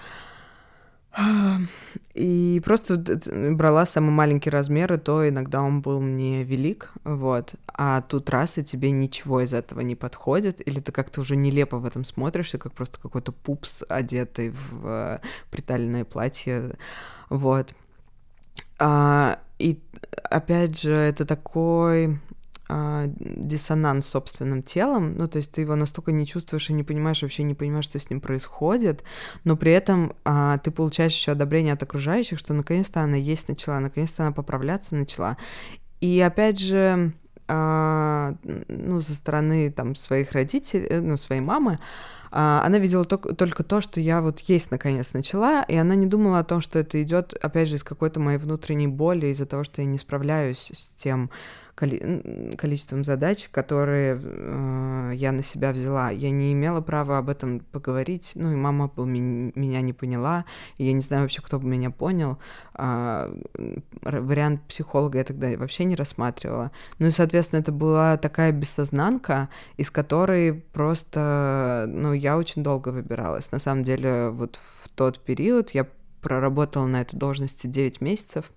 И просто брала самый маленький размер, и то иногда он был мне велик, вот. А тут раз, и тебе ничего из этого не подходит, или ты как-то уже нелепо в этом смотришься, как просто какой-то пупс, одетый в приталенное платье, вот. А, и опять же, это такой... диссонанс с собственным телом, ну, то есть ты его настолько не чувствуешь и не понимаешь, вообще не понимаешь, что с ним происходит, но при этом а, ты получаешь еще одобрение от окружающих, что наконец-то она есть начала, наконец-то она поправляться начала. И опять же, а, ну, со стороны там своих родителей, ну, своей мамы, а, она видела только, только то, что я вот есть наконец начала, и она не думала о том, что это идет, опять же, из какой-то моей внутренней боли, из-за того, что я не справляюсь с тем количеством задач, которые э, я на себя взяла. Я не имела права об этом поговорить, ну и мама бы меня не поняла, и я не знаю вообще, кто бы меня понял. А, вариант психолога я тогда вообще не рассматривала. Ну и, соответственно, это была такая бессознанка, из которой просто, ну, я очень долго выбиралась. На самом деле, вот в тот период я проработала на этой должности девять месяцев.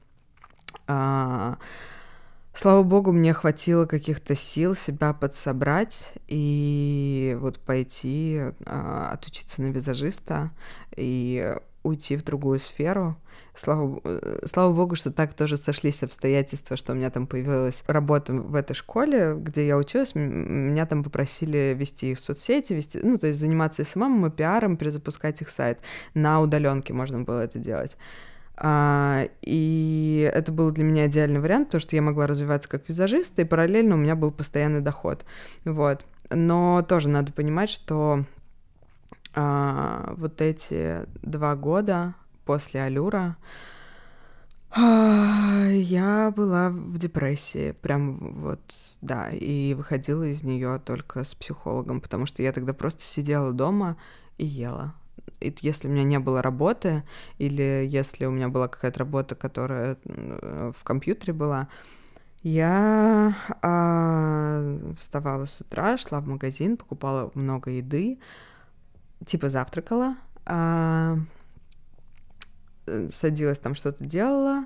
А, Слава богу, мне хватило каких-то сил себя подсобрать и вот пойти а, отучиться на визажиста и уйти в другую сферу. Слава, слава богу, что так тоже сошлись обстоятельства, что у меня там появилась работа в этой школе, где я училась, меня там попросили вести их соцсети, вести, ну, то есть заниматься эс эм эм и пиаром, перезапускать их сайт. На удаленке можно было это делать. А, и это был для меня идеальный вариант, потому что я могла развиваться как визажист, и параллельно у меня был постоянный доход. Вот. Но тоже надо понимать, что а, вот эти два года после Алюра а, я была в депрессии, прям вот, да, и выходила из нее только с психологом, потому что я тогда просто сидела дома и ела. И если у меня не было работы, или если у меня была какая-то работа, которая в компьютере была, я а, вставала с утра, шла в магазин, покупала много еды, типа завтракала, а, садилась там, что-то делала,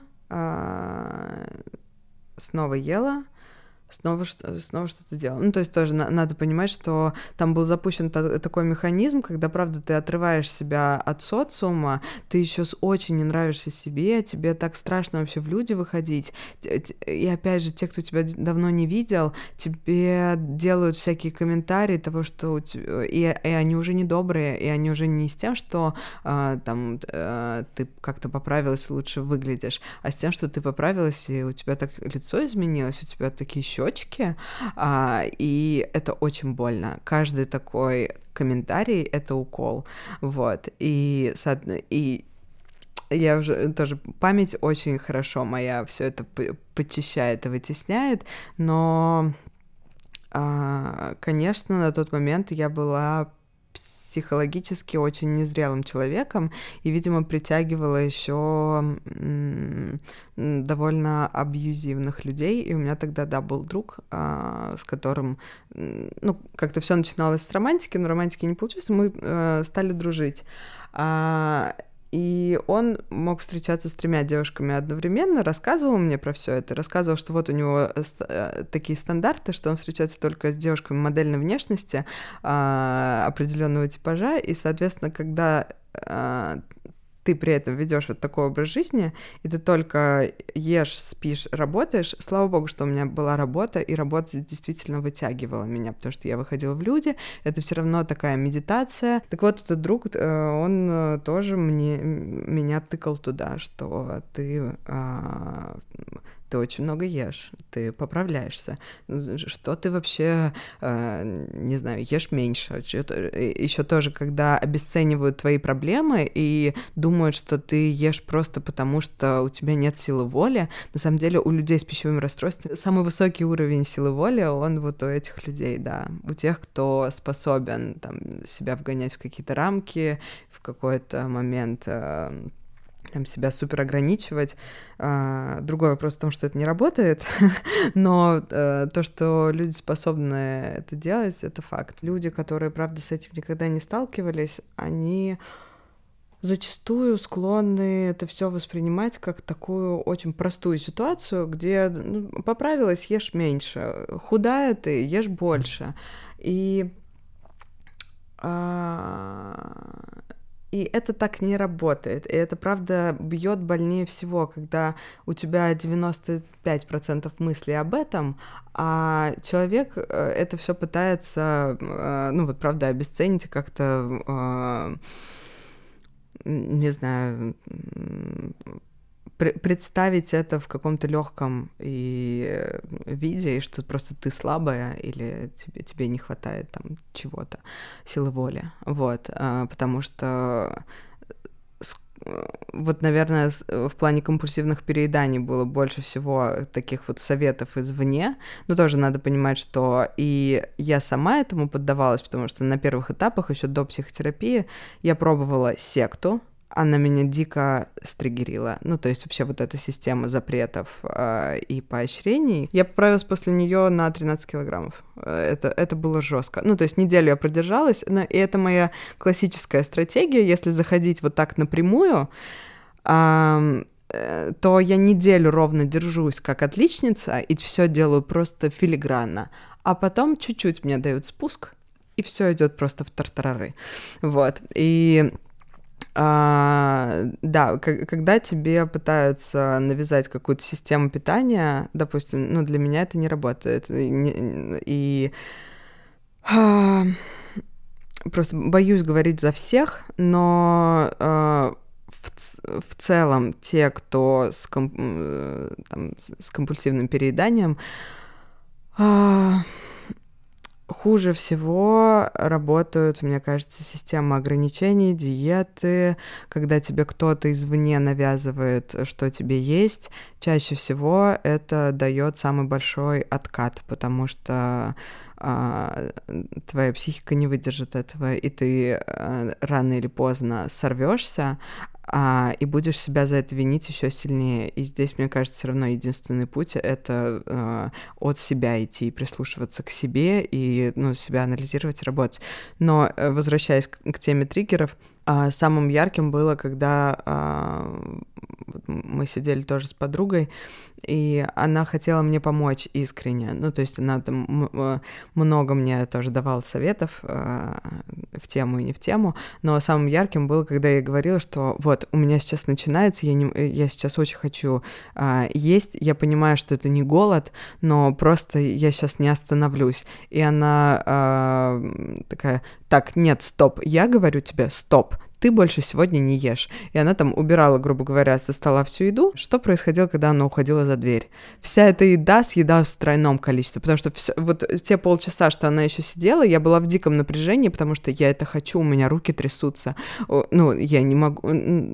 а, снова ела, снова, снова что-то делал. Ну, то есть тоже на- надо понимать, что там был запущен та- такой механизм, когда, правда, ты отрываешь себя от социума, ты еще с очень не нравишься себе, тебе так страшно вообще в люди выходить. И опять же, те, кто тебя давно не видел, тебе делают всякие комментарии того, что... И, и они уже не добрые, и они уже не с тем, что а, там а, ты как-то поправилась и лучше выглядишь, а с тем, что ты поправилась, и у тебя так лицо изменилось, у тебя такие щечки, а, и это очень больно. Каждый такой комментарий — это укол, вот, и, и я уже тоже, память очень хорошо моя все это подчищает и вытесняет, но, а, конечно, на тот момент я была психологически очень незрелым человеком и, видимо, притягивала еще довольно абьюзивных людей. И у меня тогда, да, был друг, а, с которым, ну, как-то все начиналось с романтики, но романтики не получилось, мы а, стали дружить. А, и он мог встречаться с тремя девушками одновременно, рассказывал мне про все это, рассказывал, что вот у него такие стандарты, что он встречается только с девушками модельной внешности, а, определенного типажа, и, соответственно, когда а, ты при этом ведешь вот такой образ жизни, и ты только ешь, спишь, работаешь, слава богу, что у меня была работа, и работа действительно вытягивала меня, потому что я выходила в люди, это все равно такая медитация. Так вот, этот друг, он тоже мне, меня тыкал туда, что ты... ты очень много ешь, ты поправляешься. Что ты вообще, э, не знаю, ешь меньше. Еще тоже, когда обесценивают твои проблемы и думают, что ты ешь просто потому, что у тебя нет силы воли. На самом деле у людей с пищевым расстройством самый высокий уровень силы воли, он вот у этих людей, да. У тех, кто способен там, себя вгонять в какие-то рамки, в какой-то момент... Э, прям себя супер ограничивать. А, другой вопрос в том, что это не работает, но а, то, что люди способны это делать, это факт. Люди, которые, правда, с этим никогда не сталкивались, они зачастую склонны это все воспринимать как такую очень простую ситуацию, где ну, поправилась, ешь меньше, худая ты, ешь больше. И а... И это так не работает. И это, правда, бьет больнее всего, когда у тебя девяносто пять процентов мыслей об этом, а человек это все пытается, ну вот, правда, обесценить как-то, не знаю, представить это в каком-то легком и виде, и что просто ты слабая или тебе, тебе не хватает там чего-то, силы воли, вот, потому что вот, наверное, в плане компульсивных перееданий было больше всего таких вот советов извне, но тоже надо понимать, что и я сама этому поддавалась, потому что на первых этапах, еще до психотерапии, я пробовала секту, она меня дико стригерила. Ну, то есть вообще вот эта система запретов э, и поощрений. Я поправилась после нее на тринадцать килограммов. Это, это было жестко. Ну, то есть неделю я продержалась, но, и это моя классическая стратегия. Если заходить вот так напрямую, э, э, то я неделю ровно держусь как отличница и все делаю просто филигранно. А потом чуть-чуть мне дают спуск, и все идет просто в тартарары. Вот. И... А, да, к- когда тебе пытаются навязать какую-то систему питания, допустим, ну, для меня это не работает. И, не- и, а, просто боюсь говорить за всех, но а, в, ц- в целом те, кто с, ком- э, там, с компульсивным перееданием, а, хуже всего работают, мне кажется, системы ограничений, диеты, когда тебе кто-то извне навязывает, что тебе есть. Чаще всего это дает самый большой откат, потому что а, твоя психика не выдержит этого, и ты а, рано или поздно сорвешься, а, и будешь себя за это винить еще сильнее. И здесь, мне кажется, все равно единственный путь — это а, от себя идти, прислушиваться к себе и, ну, себя анализировать, работать. Но, возвращаясь к, к теме триггеров, а, самым ярким было, когда а, мы сидели тоже с подругой, и она хотела мне помочь искренне. Ну, то есть она там м- много мне тоже давала советов э, в тему и не в тему, но самым ярким было, когда я говорила, что вот, у меня сейчас начинается, я, не, я сейчас очень хочу э, есть, я понимаю, что это не голод, но просто я сейчас не остановлюсь. И она э, такая: так, нет, стоп, я говорю тебе, стоп, ты больше сегодня не ешь. И она там убирала, грубо говоря, со стола всю еду. Что происходило, когда она уходила за дверь? Вся эта еда съедалась в тройном количестве, потому что все, вот те полчаса, что она еще сидела, я была в диком напряжении, потому что я это хочу, у меня руки трясутся, ну, я не могу,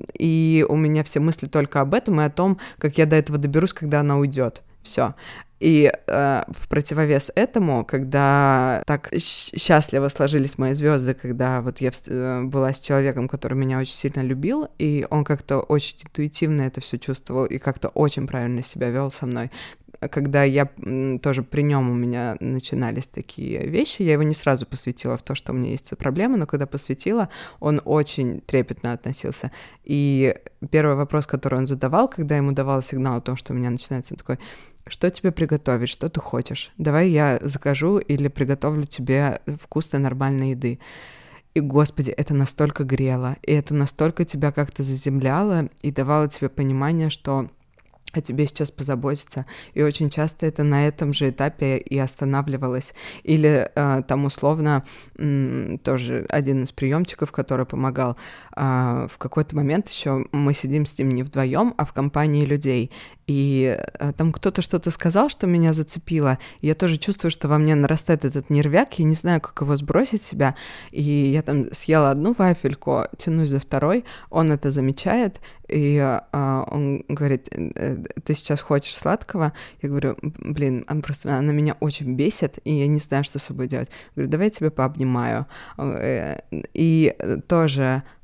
и у меня все мысли только об этом и о том, как я до этого доберусь, когда она уйдет. Все. И э, в противовес этому, когда так счастливо сложились мои звезды, когда вот я э, была с человеком, который меня очень сильно любил, и он как-то очень интуитивно это все чувствовал и как-то очень правильно себя вел со мной. Когда я тоже при нем у меня начинались такие вещи, я его не сразу посвятила в то, что у меня есть проблема, но когда посвятила, он очень трепетно относился. И первый вопрос, который он задавал, когда ему давал сигнал о том, что у меня начинается, он такой: что тебе приготовить, что ты хочешь? Давай я закажу или приготовлю тебе вкусной нормальной еды. И, Господи, это настолько грело, и это настолько тебя как-то заземляло и давало тебе понимание, что о тебе сейчас позаботиться. И очень часто это на этом же этапе и останавливалось. Или э, там условно м, тоже один из приемчиков, который помогал, э, в какой-то момент еще мы сидим с ним не вдвоем, а в компании людей. И э, там кто-то что-то сказал, что меня зацепило. И я тоже чувствую, что во мне нарастает этот нервяк, я не знаю, как его сбросить с себя. И я там съела одну вафельку, тянусь за второй, он это замечает, и э, он говорит: ты сейчас хочешь сладкого? Я говорю: блин, она просто она меня очень бесит, и я не знаю, что с собой делать. Я говорю: давай я тебя пообнимаю. И тоже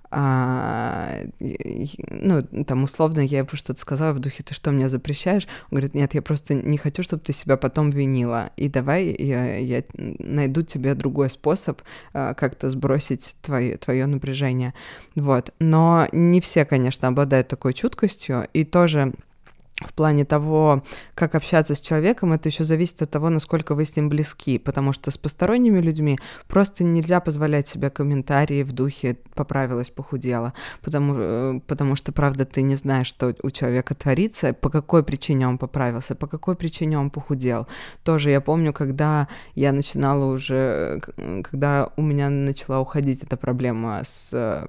а, ну, там, условно, я ему что-то сказала в духе: ты что, мне запрещаешь? Он говорит: нет, я просто не хочу, чтобы ты себя потом винила, и давай я, я найду тебе другой способ а, как-то сбросить твое, твое напряжение. Вот. Но не все, конечно, обладают такой чуткостью, и тоже в плане того, как общаться с человеком, это еще зависит от того, насколько вы с ним близки, потому что с посторонними людьми просто нельзя позволять себе комментарии в духе «поправилась, похудела», потому, потому что, правда, ты не знаешь, что у человека творится, по какой причине он поправился, по какой причине он похудел. Тоже я помню, когда я начинала уже, когда у меня начала уходить эта проблема с...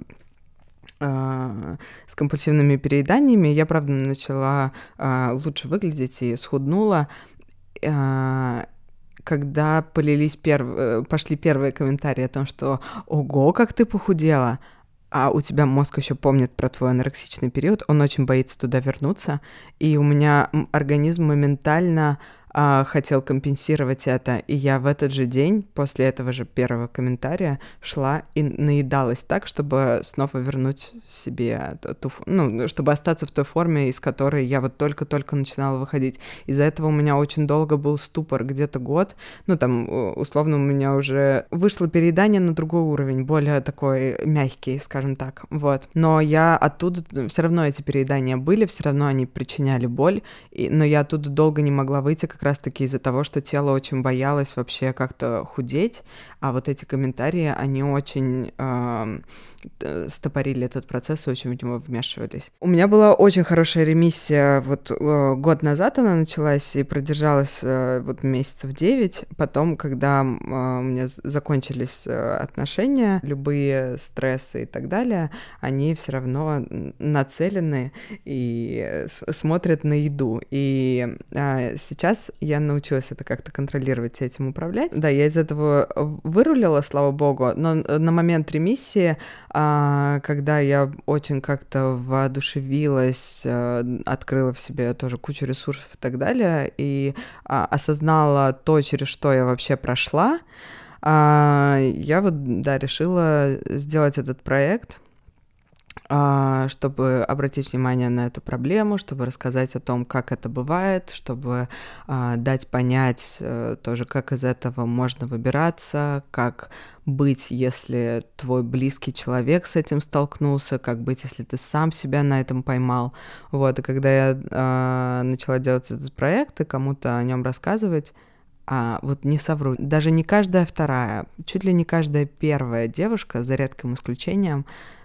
с компульсивными перееданиями, я, правда, начала а, лучше выглядеть и схуднула, а, когда полились перв... пошли первые комментарии о том, что «Ого, как ты похудела!», а у тебя мозг еще помнит про твой анорексичный период, он очень боится туда вернуться, и у меня организм моментально а, хотел компенсировать это, и я в этот же день, после этого же первого комментария, шла и наедалась так, чтобы снова вернуть себе ту, ну, чтобы остаться в той форме, из которой я вот только-только начинала выходить. Из-за этого у меня очень долго был ступор, где-то год, ну, там, условно, у меня уже вышло переедание на другой уровень, более такой мягкий, скажем так, вот. Но я оттуда, все равно эти переедания были, все равно они причиняли боль, и, но я оттуда долго не могла выйти, как раз-таки из-за того, что тело очень боялось вообще как-то худеть, а вот эти комментарии, они очень э, стопорили этот процесс и очень в него вмешивались. У меня была очень хорошая ремиссия, вот э, год назад она началась и продержалась э, вот месяцев девять, потом, когда э, у меня закончились э, отношения, любые стрессы и так далее, они все равно нацелены и с- смотрят на еду, и э, сейчас я научилась это как-то контролировать и этим управлять. Да, я из этого вырулила, слава богу, но на момент ремиссии, когда я очень как-то воодушевилась, открыла в себе тоже кучу ресурсов и так далее, и осознала то, через что я вообще прошла, я вот, да, решила сделать этот проект, чтобы обратить внимание на эту проблему, чтобы рассказать о том, как это бывает, чтобы а, дать понять а, тоже, как из этого можно выбираться, как быть, если твой близкий человек с этим столкнулся, как быть, если ты сам себя на этом поймал. Вот, и когда я а, начала делать этот проект и кому-то о нем рассказывать, а, вот не совру, даже не каждая вторая, чуть ли не каждая первая девушка, за редким исключением,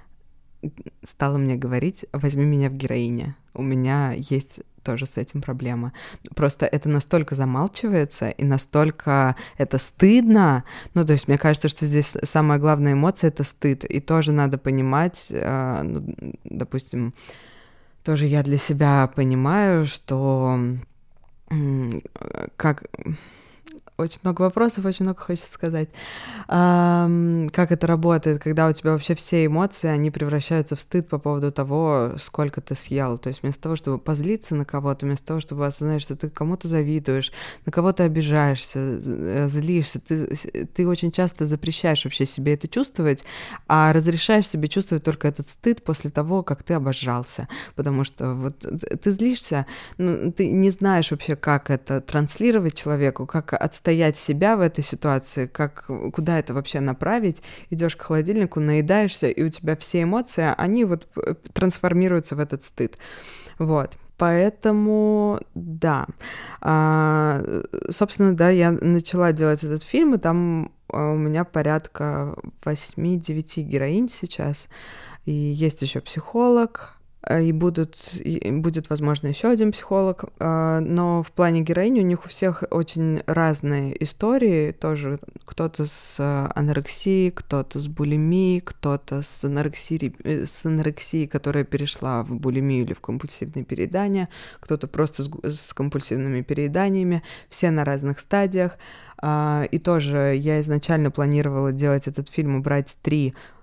стала мне говорить: возьми меня в героине, у меня есть тоже с этим проблема. Просто это настолько замалчивается, и настолько это стыдно. Ну, то есть мне кажется, что здесь самая главная эмоция — это стыд. И тоже надо понимать, э, ну, допустим, тоже я для себя понимаю, что э, как... Очень много вопросов, очень много хочется сказать. А, как это работает, когда у тебя вообще все эмоции, они превращаются в стыд по поводу того, сколько ты съел. То есть вместо того, чтобы позлиться на кого-то, вместо того, чтобы осознать, что ты кому-то завидуешь, на кого-то обижаешься, злишься, ты, ты очень часто запрещаешь вообще себе это чувствовать, а разрешаешь себе чувствовать только этот стыд после того, как ты обожрался. Потому что вот ты злишься, но ты не знаешь вообще, как это транслировать человеку, как отстоять стоять себя в этой ситуации, как, куда это вообще направить, идешь к холодильнику, наедаешься, и у тебя все эмоции, они вот трансформируются в этот стыд. Вот. Поэтому, да. А, собственно, да, я начала делать этот фильм, и там у меня порядка восемь-девять героинь сейчас, и есть еще психолог, и, будут, и будет, возможно, еще один психолог, но в плане героини у них у всех очень разные истории, тоже кто-то с анорексией, кто-то с булимией, кто-то с анорексией, с анорексией, которая перешла в булимию или в компульсивные переедания, кто-то просто с, с компульсивными перееданиями, все на разных стадиях. И тоже я изначально планировала делать этот фильм и брать три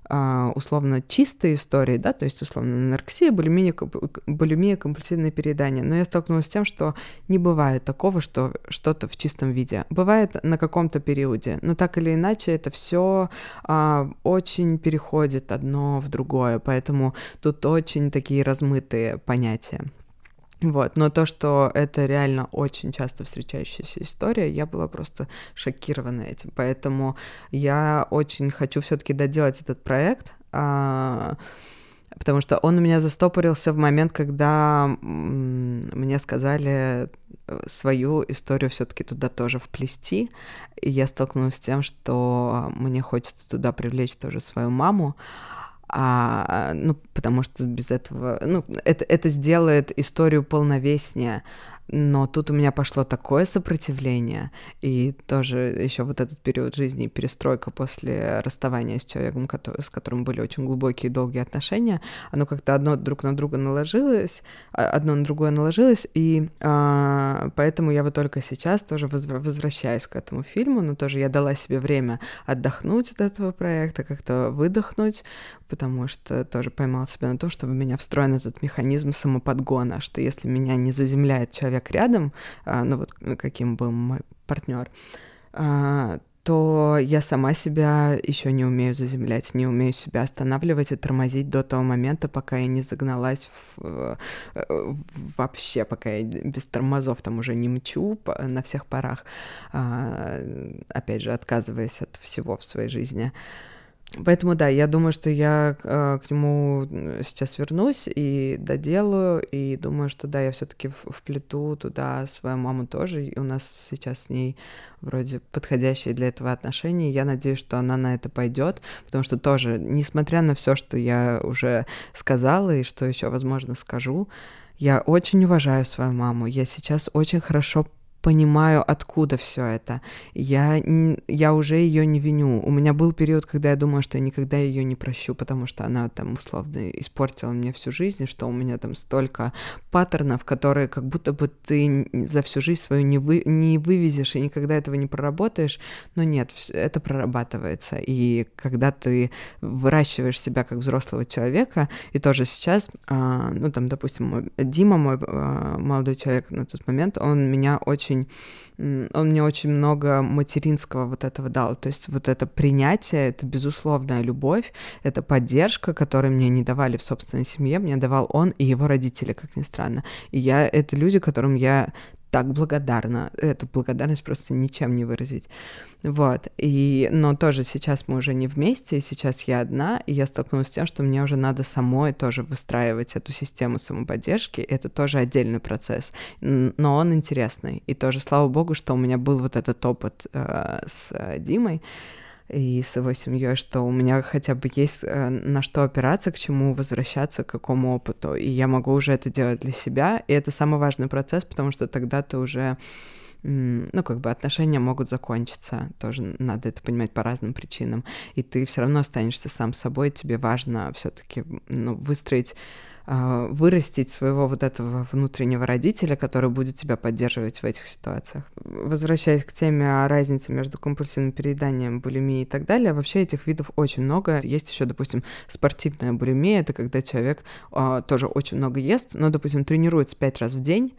условно чистые истории, да, то есть условно анорексия, булимия, булимия, компульсивное переедание. Но я столкнулась с тем, что не бывает такого, что что-то в чистом виде. Бывает на каком-то периоде, но так или иначе это все а, очень переходит одно в другое, поэтому тут очень такие размытые понятия. Вот, но то, что это реально очень часто встречающаяся история, я была просто шокирована этим, поэтому я очень хочу все-таки доделать этот проект, а, потому что он у меня застопорился в момент, когда м, мне сказали свою историю все-таки туда тоже вплести, и я столкнулась с тем, что мне хочется туда привлечь тоже свою маму. А, ну, потому что без этого, ну, это, это сделает историю полновеснее, но тут у меня пошло такое сопротивление, и тоже еще вот этот период жизни, перестройка после расставания с человеком, который, с которым были очень глубокие и долгие отношения, оно как-то одно друг на друга наложилось, одно на другое наложилось, и а, поэтому я вот только сейчас тоже возвращаюсь к этому фильму, но тоже я дала себе время отдохнуть от этого проекта, как-то выдохнуть, потому что тоже поймала себя на том, что в меня встроен этот механизм самоподгона, что если меня не заземляет человек рядом, ну вот каким был мой партнер, то я сама себя еще не умею заземлять, не умею себя останавливать и тормозить до того момента, пока я не загналась в, вообще, пока я без тормозов там уже не мчу на всех парах, опять же, отказываясь от всего в своей жизни. Поэтому, да, я думаю, что я э, к нему сейчас вернусь и доделаю, и думаю, что, да, я все-таки вплету туда свою маму тоже, и у нас сейчас с ней вроде подходящие для этого отношения, я надеюсь, что она на это пойдет, потому что тоже, несмотря на все, что я уже сказала и что еще, возможно, скажу, я очень уважаю свою маму, я сейчас очень хорошо понимаю, откуда все это. Я, я уже ее не виню. У меня был период, когда я думала, что я никогда ее не прощу, потому что она там условно испортила мне всю жизнь, что у меня там столько паттернов, которые как будто бы ты за всю жизнь свою не, вы, не вывезешь и никогда этого не проработаешь. Но нет, это прорабатывается. И когда ты выращиваешь себя как взрослого человека, и тоже сейчас, а, ну там, допустим, мой, Дима, мой а, молодой человек на тот момент, он меня очень он мне очень много материнского вот этого дал, то есть вот это принятие, это безусловная любовь, это поддержка, которую мне не давали в собственной семье, мне давал он и его родители, как ни странно, и я, это люди, которым я так благодарна, эту благодарность просто ничем не выразить, вот, и, но тоже сейчас мы уже не вместе, и сейчас я одна, и я столкнулась с тем, что мне уже надо самой тоже выстраивать эту систему самоподдержки, это тоже отдельный процесс, но он интересный, и тоже, слава богу, что у меня был вот этот опыт э, с Димой, и с его семьей, что у меня хотя бы есть на что опираться, к чему возвращаться, к какому опыту, и я могу уже это делать для себя, и это самый важный процесс, потому что тогда ты уже, ну, как бы отношения могут закончиться, тоже надо это понимать по разным причинам, и ты все равно останешься сам собой, тебе важно все-таки, ну, выстроить, вырастить своего вот этого внутреннего родителя, который будет тебя поддерживать в этих ситуациях. Возвращаясь к теме о разнице между компульсивным перееданием, булимией и так далее, вообще этих видов очень много. Есть еще, допустим, спортивная булимия, это когда человек а, тоже очень много ест, но, допустим, тренируется пять раз в день,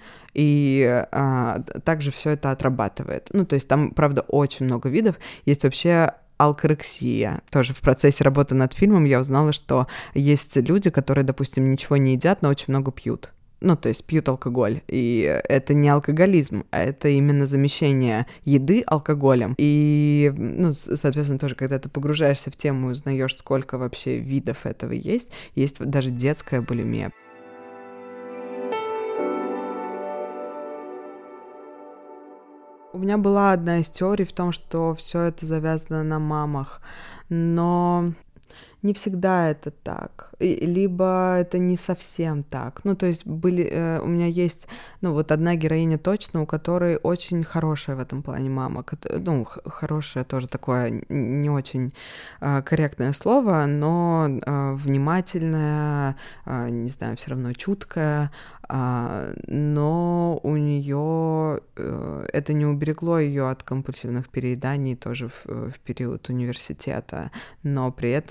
и а, также все это отрабатывает. Ну, то есть там, правда, очень много видов. Есть вообще алкорексия. Тоже в процессе работы над фильмом я узнала, что есть люди, которые, допустим, ничего не едят, но очень много пьют. Ну, то есть пьют алкоголь. И это не алкоголизм, а это именно замещение еды алкоголем. И, ну, соответственно, тоже, когда ты погружаешься в тему и узнаешь, сколько вообще видов этого есть, есть даже детская булимия. У меня была одна из теорий в том, что все это завязано на мамах, но не всегда это так, и, либо это не совсем так. Ну, то есть были, э, у меня есть, ну, вот одна героиня точно, у которой очень хорошая в этом плане мама, ну, хорошая тоже такое не очень э, корректное слово, но э, внимательная, э, не знаю, все равно чуткая, э, но у нее э, это не уберегло ее от компульсивных перееданий тоже в, в период университета, но при этом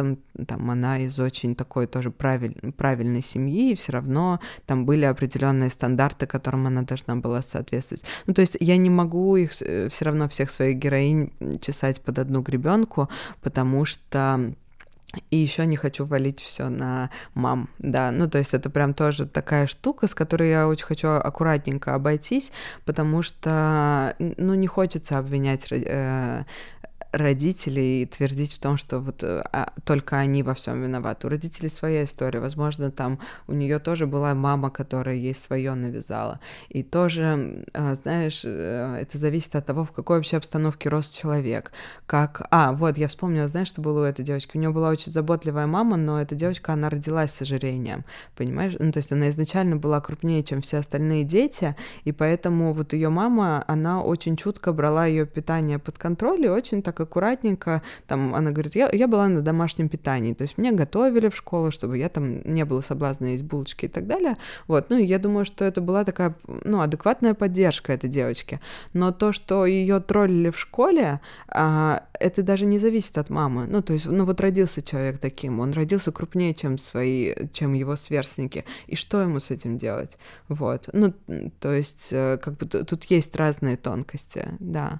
там она из очень такой тоже правиль, правильной семьи, и все равно там были определенные стандарты, которым она должна была соответствовать. Ну, то есть я не могу их все равно всех своих героинь чесать под одну гребенку, потому что и еще не хочу валить все на мам, да, ну, то есть это прям тоже такая штука, с которой я очень хочу аккуратненько обойтись, потому что, ну, не хочется обвинять э, родителей и твердить в том, что вот а, только они во всем виноваты. У родителей своя история. Возможно, там у нее тоже была мама, которая ей свое навязала. И тоже, а, знаешь, это зависит от того, в какой вообще обстановке рос человек. Как... А, вот, я вспомнила, знаешь, что было у этой девочки? У нее была очень заботливая мама, но эта девочка, она родилась с ожирением, понимаешь? Ну, то есть она изначально была крупнее, чем все остальные дети, и поэтому вот ее мама, она очень чутко брала ее питание под контроль и очень так аккуратненько, там, она говорит, я, я была на домашнем питании, то есть мне готовили в школу, чтобы я там не было соблазна есть булочки и так далее, вот, ну, и я думаю, что это была такая, ну, адекватная поддержка этой девочки, но то, что ее троллили в школе, а, это даже не зависит от мамы, ну, то есть, ну, вот родился человек таким, он родился крупнее, чем свои, чем его сверстники, и что ему с этим делать, вот, ну, то есть, как бы тут есть разные тонкости, да,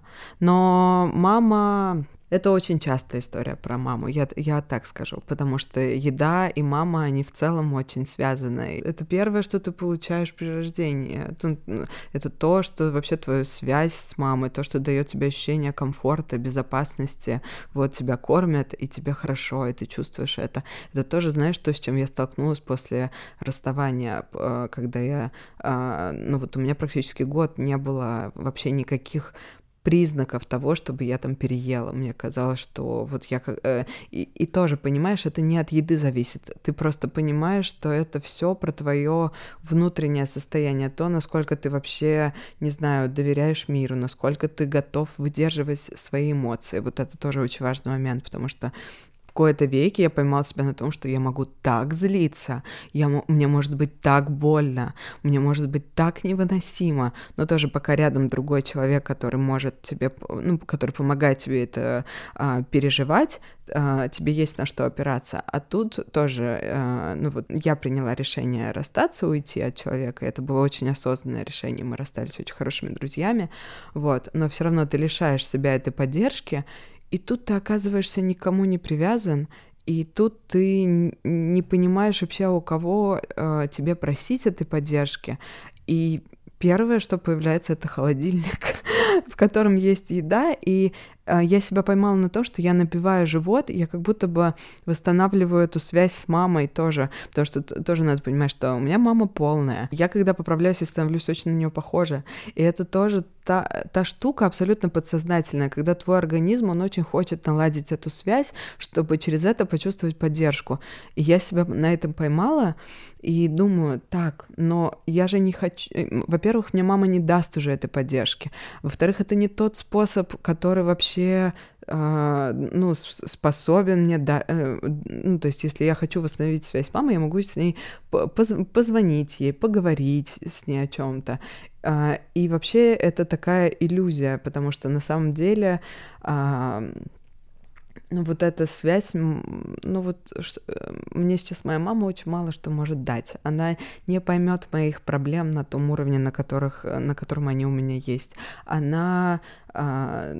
но мама. Это очень частая история про маму, я, я так скажу, потому что еда и мама, они в целом очень связаны. Это первое, что ты получаешь при рождении. Это, это то, что вообще твою связь с мамой, то, что дает тебе ощущение комфорта, безопасности. Вот тебя кормят, и тебе хорошо, и ты чувствуешь это. Это тоже, знаешь, то, с чем я столкнулась после расставания, когда я... Ну вот у меня практически год не было вообще никаких признаков того, чтобы я там переела. Мне казалось, что вот я... Э, и, и тоже, понимаешь, это не от еды зависит. Ты просто понимаешь, что это все про твое внутреннее состояние, то, насколько ты вообще, не знаю, доверяешь миру, насколько ты готов выдерживать свои эмоции. Вот это тоже очень важный момент, потому что в кои-то веки я поймала себя на том, что я могу так злиться, я, мне может быть так больно, мне может быть так невыносимо, но тоже пока рядом другой человек, который может тебе, ну, который помогает тебе это а, переживать, а, тебе есть на что опираться. А тут тоже, а, ну вот я приняла решение расстаться, уйти от человека, это было очень осознанное решение, мы расстались очень хорошими друзьями, вот, но все равно ты лишаешь себя этой поддержки, и тут ты оказываешься никому не привязан, и тут ты не понимаешь вообще, у кого э, тебе просить этой поддержки. И первое, что появляется, это холодильник, в котором есть еда, и э, я себя поймала на то, что я набиваю живот, я как будто бы восстанавливаю эту связь с мамой тоже, потому что тоже надо понимать, что у меня мама полная. Я когда поправляюсь, я становлюсь очень на нее похожа, и это тоже та, та штука абсолютно подсознательная, когда твой организм, он очень хочет наладить эту связь, чтобы через это почувствовать поддержку. И я себя на этом поймала, и думаю, так, но я же не хочу... Во-первых, мне мама не даст уже этой поддержки. Во-вторых, это не тот способ, который вообще э, ну, способен мне... Да, э, ну, то есть, если я хочу восстановить связь с мамой, я могу с ней поз- позвонить ей, поговорить с ней о чем-то. Э, и вообще это такая иллюзия, потому что на самом деле... Э, Ну, вот эта связь, ну вот мне сейчас моя мама очень мало что может дать. Она не поймет моих проблем на том уровне, на, которых, на котором они у меня есть. Она, а,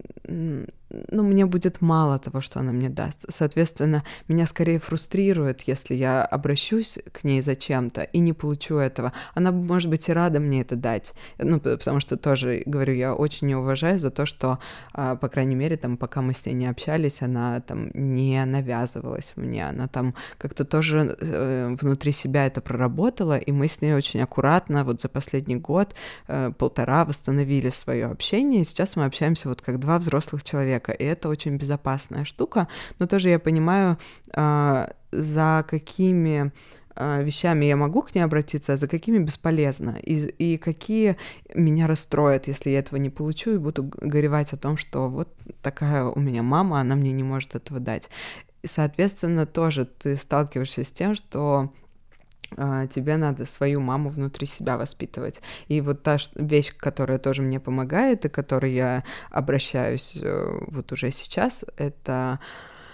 ну, мне будет мало того, что она мне даст. Соответственно, меня скорее фрустрирует, если я обращусь к ней за чем-то и не получу этого. Она, может быть, и рада мне это дать. Ну, потому что тоже, говорю, я очень ее уважаю за то, что, а, по крайней мере, там, пока мы с ней не общались, она там не навязывалась мне, она там как-то тоже э, внутри себя это проработала, и мы с ней очень аккуратно вот за последний год, э, полтора восстановили свое общение, и сейчас мы общаемся вот как два взрослых человека, и это очень безопасная штука, но тоже я понимаю, э, за какими вещами я могу к ней обратиться, а за какими бесполезно, и, и какие меня расстроят, если я этого не получу, и буду горевать о том, что вот такая у меня мама, она мне не может этого дать. И, соответственно, тоже ты сталкиваешься с тем, что а, тебе надо свою маму внутри себя воспитывать. И вот та вещь, которая тоже мне помогает, и к которой я обращаюсь вот уже сейчас, это...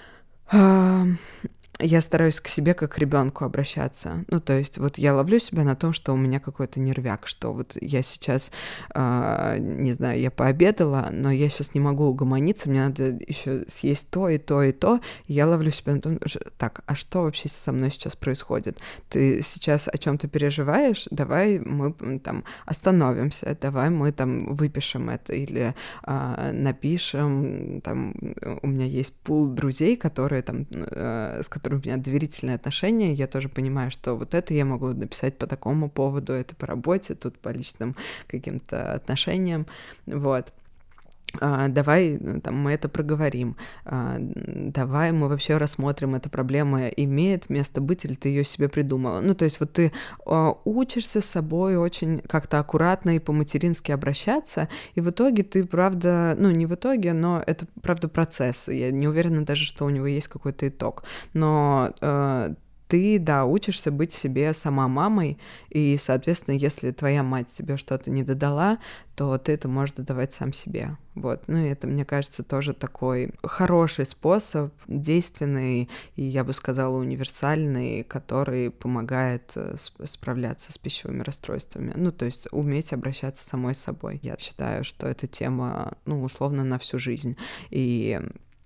Я стараюсь к себе как к ребенку обращаться. Ну, то есть вот я ловлю себя на том, что у меня какой-то нервяк, что вот я сейчас, э, не знаю, я пообедала, но я сейчас не могу угомониться, мне надо еще съесть то и то и то. И я ловлю себя на том, что так, а что вообще со мной сейчас происходит? Ты сейчас о чем-то переживаешь? Давай мы там остановимся, давай мы там выпишем это или э, напишем. Там у меня есть пул друзей, которые там э, с которым у меня доверительные отношения, я тоже понимаю, что вот это я могу написать по такому поводу, это по работе, тут по личным каким-то отношениям, вот. А, давай там, мы это проговорим, а, давай мы вообще рассмотрим, эта проблема имеет место быть или ты ее себе придумала. Ну, то есть вот ты а, учишься с собой очень как-то аккуратно и по-матерински обращаться, и в итоге ты, правда, ну, не в итоге, но это, правда, процесс. Я не уверена даже, что у него есть какой-то итог. Но а, ты, да, учишься быть себе сама мамой, и, соответственно, если твоя мать тебе что-то не додала, то ты это можешь додавать сам себе. Вот. Ну и это, мне кажется, тоже такой хороший способ, действенный и, я бы сказала, универсальный, который помогает справляться с пищевыми расстройствами. Ну, то есть уметь обращаться с самой собой. Я считаю, что эта тема, ну, условно, на всю жизнь. И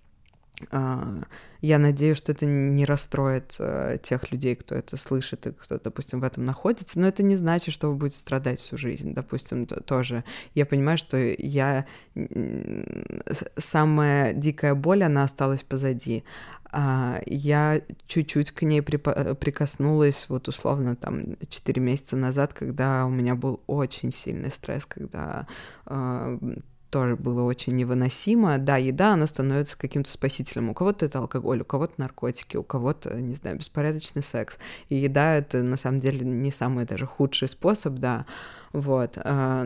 я надеюсь, что это не расстроит э, тех людей, кто это слышит и кто, допустим, в этом находится, но это не значит, что вы будете страдать всю жизнь, допустим, то, тоже. Я понимаю, что я... Самая дикая боль, она осталась позади. А, я чуть-чуть к ней припа- прикоснулась вот условно там четыре месяца назад, когда у меня был очень сильный стресс, когда... Э, тоже было очень невыносимо. Да, еда, она становится каким-то спасителем. У кого-то это алкоголь, у кого-то наркотики, у кого-то, не знаю, беспорядочный секс. И еда — это, на самом деле, не самый даже худший способ, да. Вот.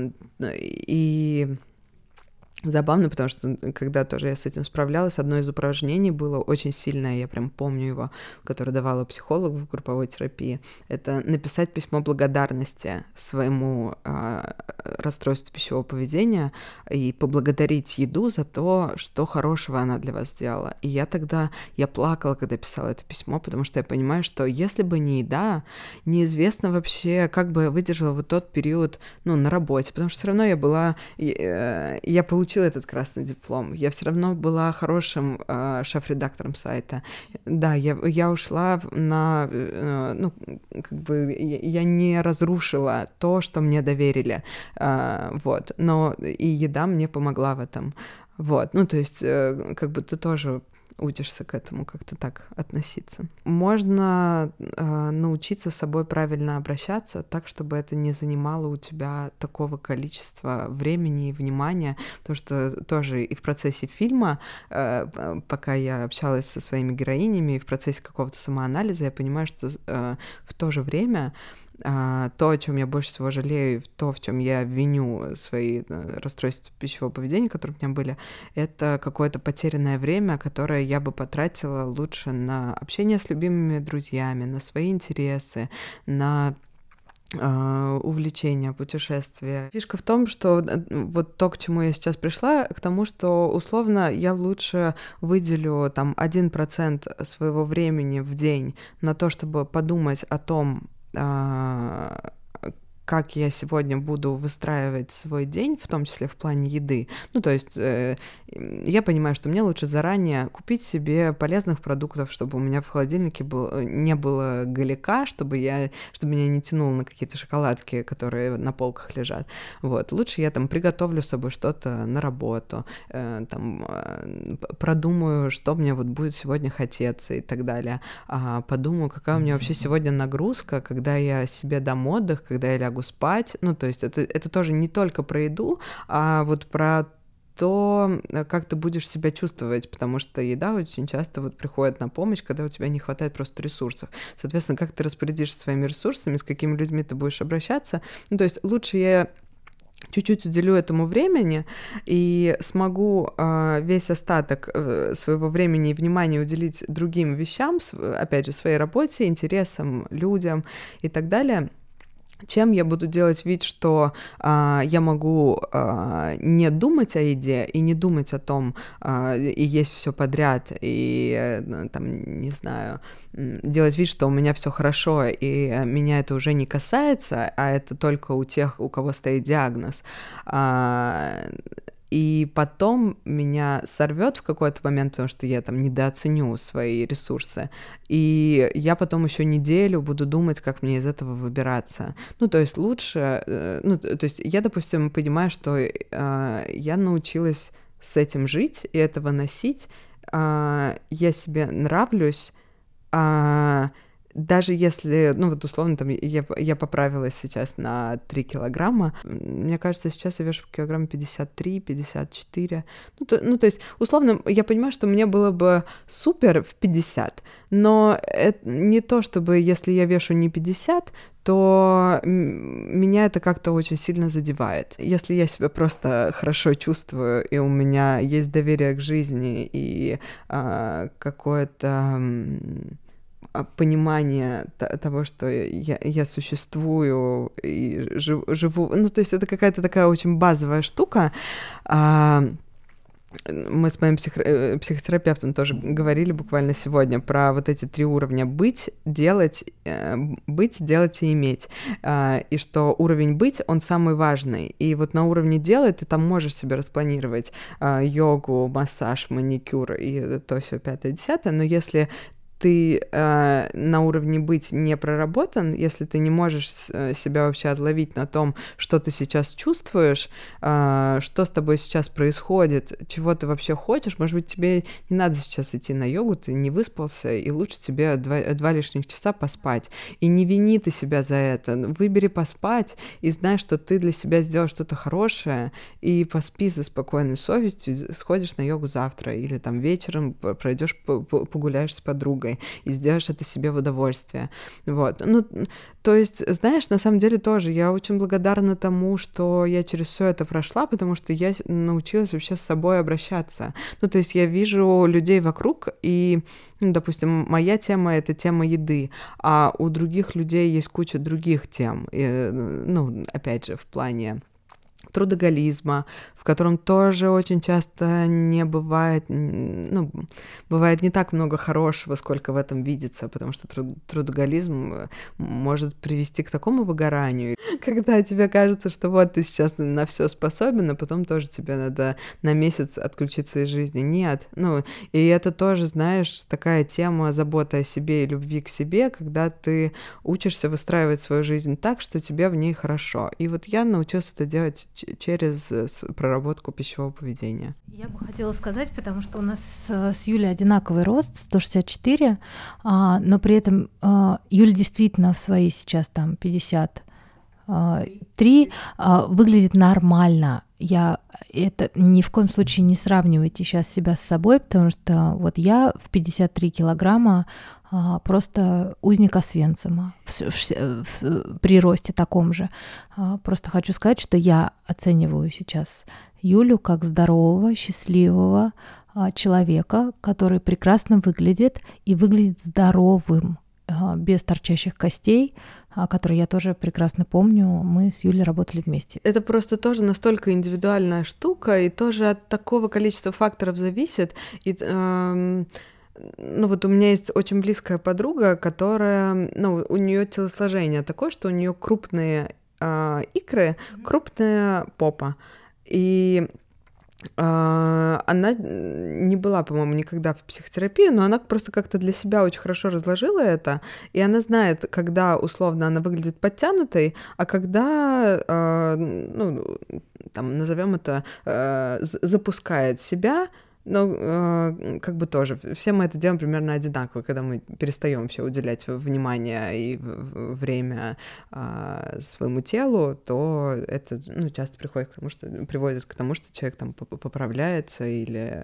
И... Забавно, потому что когда тоже я с этим справлялась, одно из упражнений было очень сильное, я прям помню его, которое давала психолог в групповой терапии, это написать письмо благодарности своему э, расстройству пищевого поведения и поблагодарить еду за то, что хорошего она для вас сделала. И я тогда, я плакала, когда писала это письмо, потому что я понимаю, что если бы не еда, неизвестно вообще, как бы я выдержала вот тот период, ну, на работе, потому что все равно я была, э, я получила этот красный диплом. Я все равно была хорошим э, шеф-редактором сайта. Да, я, я ушла на... Э, ну, как бы я, я не разрушила то, что мне доверили. Э, вот. Но и еда мне помогла в этом. Вот. Ну, то есть, э, как бы ты тоже учишься к этому как-то так относиться. Можно э, научиться с собой правильно обращаться так, чтобы это не занимало у тебя такого количества времени и внимания, потому что тоже и в процессе фильма, э, пока я общалась со своими героинями, и в процессе какого-то самоанализа, я понимаю, что э, в то же время то, о чем я больше всего жалею, то, в чем я виню свои расстройства пищевого поведения, которые у меня были, это какое-то потерянное время, которое я бы потратила лучше на общение с любимыми друзьями, на свои интересы, на увлечения, путешествия. Фишка в том, что вот то, к чему я сейчас пришла, к тому, что условно я лучше выделю там один процент своего времени в день на то, чтобы подумать о том, как я сегодня буду выстраивать свой день, в том числе в плане еды. Ну, то есть э, я понимаю, что мне лучше заранее купить себе полезных продуктов, чтобы у меня в холодильнике был, не было галика, чтобы, я, чтобы меня не тянуло на какие-то шоколадки, которые на полках лежат. Вот. Лучше я там приготовлю с собой что-то на работу, э, там, э, продумаю, что мне вот будет сегодня хотеться и так далее. А подумаю, какая у меня вообще сегодня нагрузка, когда я себе дам отдых, когда я лягу спать. Ну, то есть это, это тоже не только про еду, а вот про то, как ты будешь себя чувствовать, потому что еда очень часто вот приходит на помощь, когда у тебя не хватает просто ресурсов. Соответственно, как ты распорядишься своими ресурсами, с какими людьми ты будешь обращаться. Ну, то есть лучше я чуть-чуть уделю этому времени и смогу э, весь остаток э, своего времени и внимания уделить другим вещам, опять же, своей работе, интересам, людям и так далее, чем я буду делать вид, что а, я могу а, не думать о еде и не думать о том, а, и есть все подряд, и там, не знаю, делать вид, что у меня все хорошо, и меня это уже не касается, а это только у тех, у кого стоит диагноз. А, И потом меня сорвет в какой-то момент, потому что я там недооценю свои ресурсы. И я потом еще неделю буду думать, как мне из этого выбираться. Ну, то есть лучше... Ну, то есть я, допустим, понимаю, что э, я научилась с этим жить и это выносить. Э, я себе нравлюсь, э, даже если, ну вот условно, там, я, я поправилась сейчас на три килограмма, мне кажется, сейчас я вешу килограмм пятьдесят три пятьдесят четыре, ну то, ну, то есть, условно, я понимаю, что мне было бы супер в пятьдесят, но это не то, чтобы, если я вешу не пятьдесят, то меня это как-то очень сильно задевает. Если я себя просто хорошо чувствую, и у меня есть доверие к жизни, и а, какое-то... понимание того, что я, я существую и жив, живу. Ну, то есть это какая-то такая очень базовая штука. А, мы с моим псих, психотерапевтом тоже говорили буквально сегодня про вот эти три уровня: быть, делать, быть, делать и иметь. И что уровень быть, он самый важный. И вот на уровне делать ты там можешь себе распланировать йогу, массаж, маникюр и то все пятое, десятое, но если ты э, на уровне быть не проработан, если ты не можешь себя вообще отловить на том, что ты сейчас чувствуешь, э, что с тобой сейчас происходит, чего ты вообще хочешь, может быть, тебе не надо сейчас идти на йогу, ты не выспался, и лучше тебе два, два лишних часа поспать. И не вини ты себя за это. Выбери поспать и знай, что ты для себя сделал что-то хорошее, и поспи со спокойной совестью, сходишь на йогу завтра, или там вечером пройдешь, погуляешь с подругой, и сделаешь это себе в удовольствие. Вот. Ну, то есть, знаешь, на самом деле тоже я очень благодарна тому, что я через все это прошла, потому что я научилась вообще с собой обращаться. Ну, то есть я вижу людей вокруг, и, ну, допустим, моя тема — это тема еды, а у других людей есть куча других тем. И, ну, опять же, в плане трудоголизма, в котором тоже очень часто не бывает, ну, бывает не так много хорошего, сколько в этом видится, потому что труд, трудоголизм может привести к такому выгоранию, когда тебе кажется, что вот ты сейчас на все способен, а потом тоже тебе надо на месяц отключиться из жизни. Нет, ну, и это тоже, знаешь, такая тема заботы о себе и любви к себе, когда ты учишься выстраивать свою жизнь так, что тебе в ней хорошо. И вот я научилась это делать через проработку пищевого поведения. Я бы хотела сказать, потому что у нас с Юлей одинаковый рост, сто шестьдесят четыре, но при этом Юля действительно в свои сейчас там пятьдесят три выглядит нормально. Я это ни в коем случае не сравнивайте сейчас себя с собой, потому что вот я в пятьдесят три килограмма а, просто узник Освенцима в, в, в, при росте таком же. А, просто хочу сказать, что я оцениваю сейчас Юлю как здорового, счастливого а, человека, который прекрасно выглядит и выглядит здоровым, а, без торчащих костей, который я тоже прекрасно помню, мы с Юлей работали вместе. Это просто тоже настолько индивидуальная штука, и тоже от такого количества факторов зависит. И, эм, ну вот у меня есть очень близкая подруга, которая, ну, у нее телосложение такое, что у нее крупные э, икры, крупная попа. И она не была, по-моему, никогда в психотерапии, но она просто как-то для себя очень хорошо разложила это, и она знает, когда условно она выглядит подтянутой, а когда, ну, там, назовем это, запускает себя. Но э, как бы тоже, все мы это делаем примерно одинаково, когда мы перестаем вообще уделять внимание и время э, своему телу, то это, ну, часто приходит к тому, что, приводит к тому, что человек там поправляется или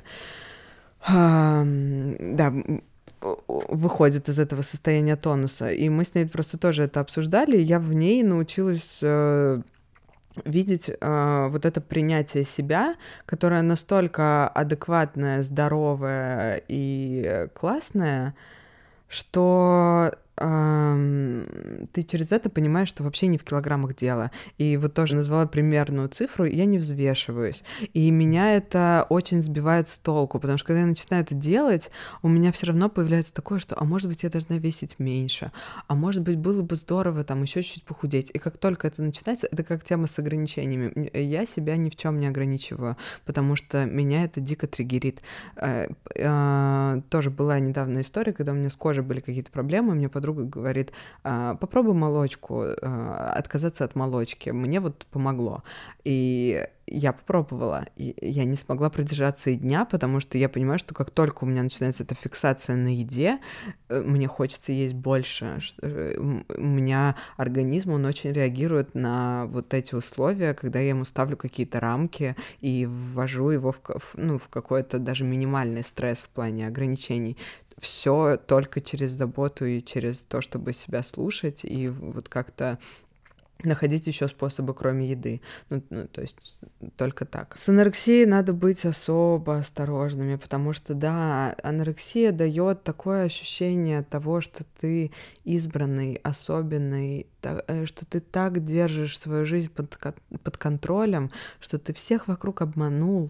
э, да, выходит из этого состояния тонуса. И мы с ней просто тоже это обсуждали, и я в ней научилась э, видеть э, вот это принятие себя, которое настолько адекватное, здоровое и классное, что эм, ты через это понимаешь, что вообще не в килограммах дело. И вот тоже назвала примерную цифру, я не взвешиваюсь. И меня это очень сбивает с толку, потому что когда я начинаю это делать, у меня все равно появляется такое, что, а может быть, я должна весить меньше, а может быть, было бы здорово там еще чуть-чуть похудеть. И как только это начинается, это как тема с ограничениями. Я себя ни в чем не ограничиваю, потому что меня это дико триггерит. Э, э, тоже была недавно история, когда у меня с кожей были какие-то проблемы, мне подруга говорит: попробуй молочку, отказаться от молочки. Мне вот помогло. И я попробовала, и я не смогла продержаться и дня, потому что я понимаю, что как только у меня начинается эта фиксация на еде, мне хочется есть больше. У меня организм, он очень реагирует на вот эти условия, когда я ему ставлю какие-то рамки и ввожу его в, ну, в какой-то даже минимальный стресс в плане ограничений. Все только через заботу и через то, чтобы себя слушать и вот как-то находить еще способы, кроме еды. Ну, ну, то есть только так. С анорексией надо быть особо осторожными, потому что, да, анорексия дает такое ощущение того, что ты избранный, особенный, что ты так держишь свою жизнь под, под контролем, что ты всех вокруг обманул.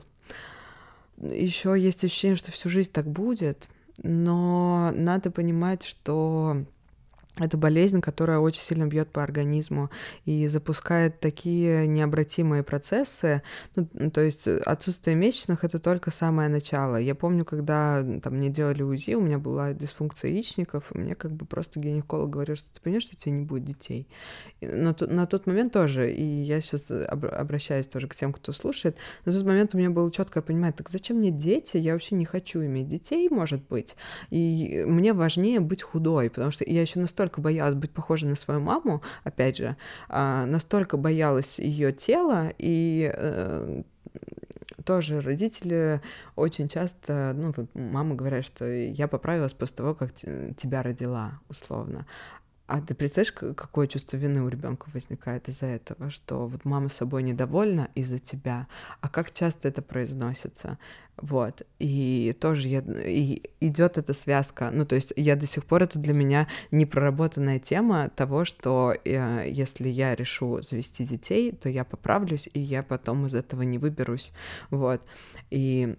Еще есть ощущение, что всю жизнь так будет, но надо понимать, что это болезнь, которая очень сильно бьет по организму и запускает такие необратимые процессы. Ну, то есть отсутствие месячных — это только самое начало. Я помню, когда там мне делали УЗИ, у меня была дисфункция яичников, и мне как бы просто гинеколог говорил, что ты понимаешь, что у тебя не будет детей. Но на тот момент тоже, и я сейчас обращаюсь тоже к тем, кто слушает, на тот момент у меня было четкое понимание: так зачем мне дети? Я вообще не хочу иметь детей, может быть. И мне важнее быть худой, потому что я еще настолько боялась быть похожей на свою маму, опять же, настолько боялась ее тела, и э, тоже родители очень часто, ну, вот мама говорят, что я поправилась после того, как тебя родила, условно. А ты представляешь, какое чувство вины у ребенка возникает из-за этого, что вот мама собой недовольна из-за тебя, а как часто это произносится? Вот. И тоже я, и идет эта связка. Ну, то есть я до сих пор, это для меня непроработанная тема того, что э, если я решу завести детей, то я поправлюсь, и я потом из этого не выберусь. Вот. И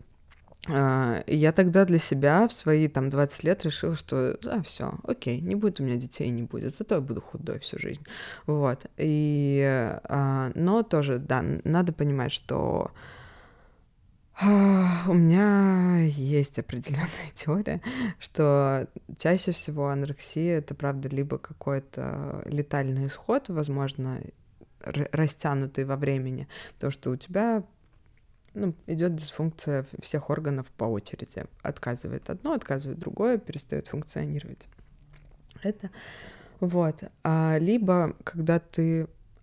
я тогда для себя в свои там двадцать лет решила, что да, все, окей, не будет у меня детей, не будет, зато я буду худой всю жизнь. Вот. И, а, но тоже, да, надо понимать, что а, у меня есть определенная теория, что чаще всего анорексия — это, правда, либо какой-то летальный исход, возможно, растянутый во времени, то, что у тебя ну, идет дисфункция всех органов по очереди. Отказывает одно, отказывает другое, перестает функционировать. Это вот. А, либо, когда ты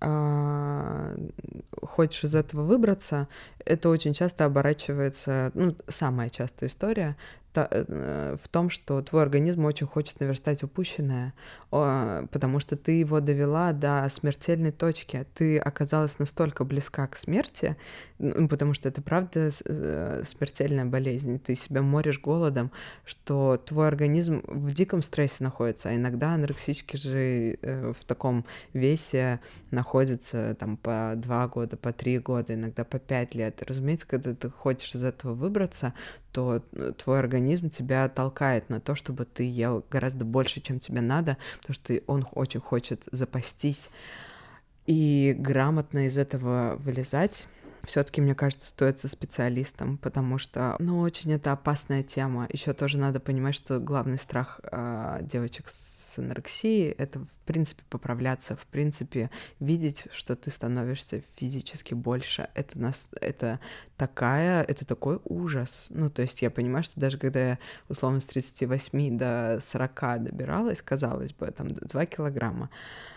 а, хочешь из этого выбраться, это очень часто оборачивается, ну, самая частая история в том, что твой организм очень хочет наверстать упущенное, потому что ты его довела до смертельной точки. Ты оказалась настолько близка к смерти, потому что это правда смертельная болезнь, ты себя моришь голодом, что твой организм в диком стрессе находится, а иногда анорексички же в таком весе находятся там по два года, по три года, иногда по пять лет. Разумеется, когда ты хочешь из этого выбраться, то твой организм тебя толкает на то, чтобы ты ел гораздо больше, чем тебе надо, потому что он очень хочет запастись. И грамотно из этого вылезать все-таки, мне кажется, стоит со специалистом, потому что, ну, очень это опасная тема. Еще тоже надо понимать, что главный страх э, девочек с анорексией — это, в принципе, поправляться, в принципе, видеть, что ты становишься физически больше. Это, нас, это такая, это такой ужас. Ну, то есть я понимаю, что даже когда я, условно, с тридцати восьми до сорока добиралась, казалось бы, там, два килограмма,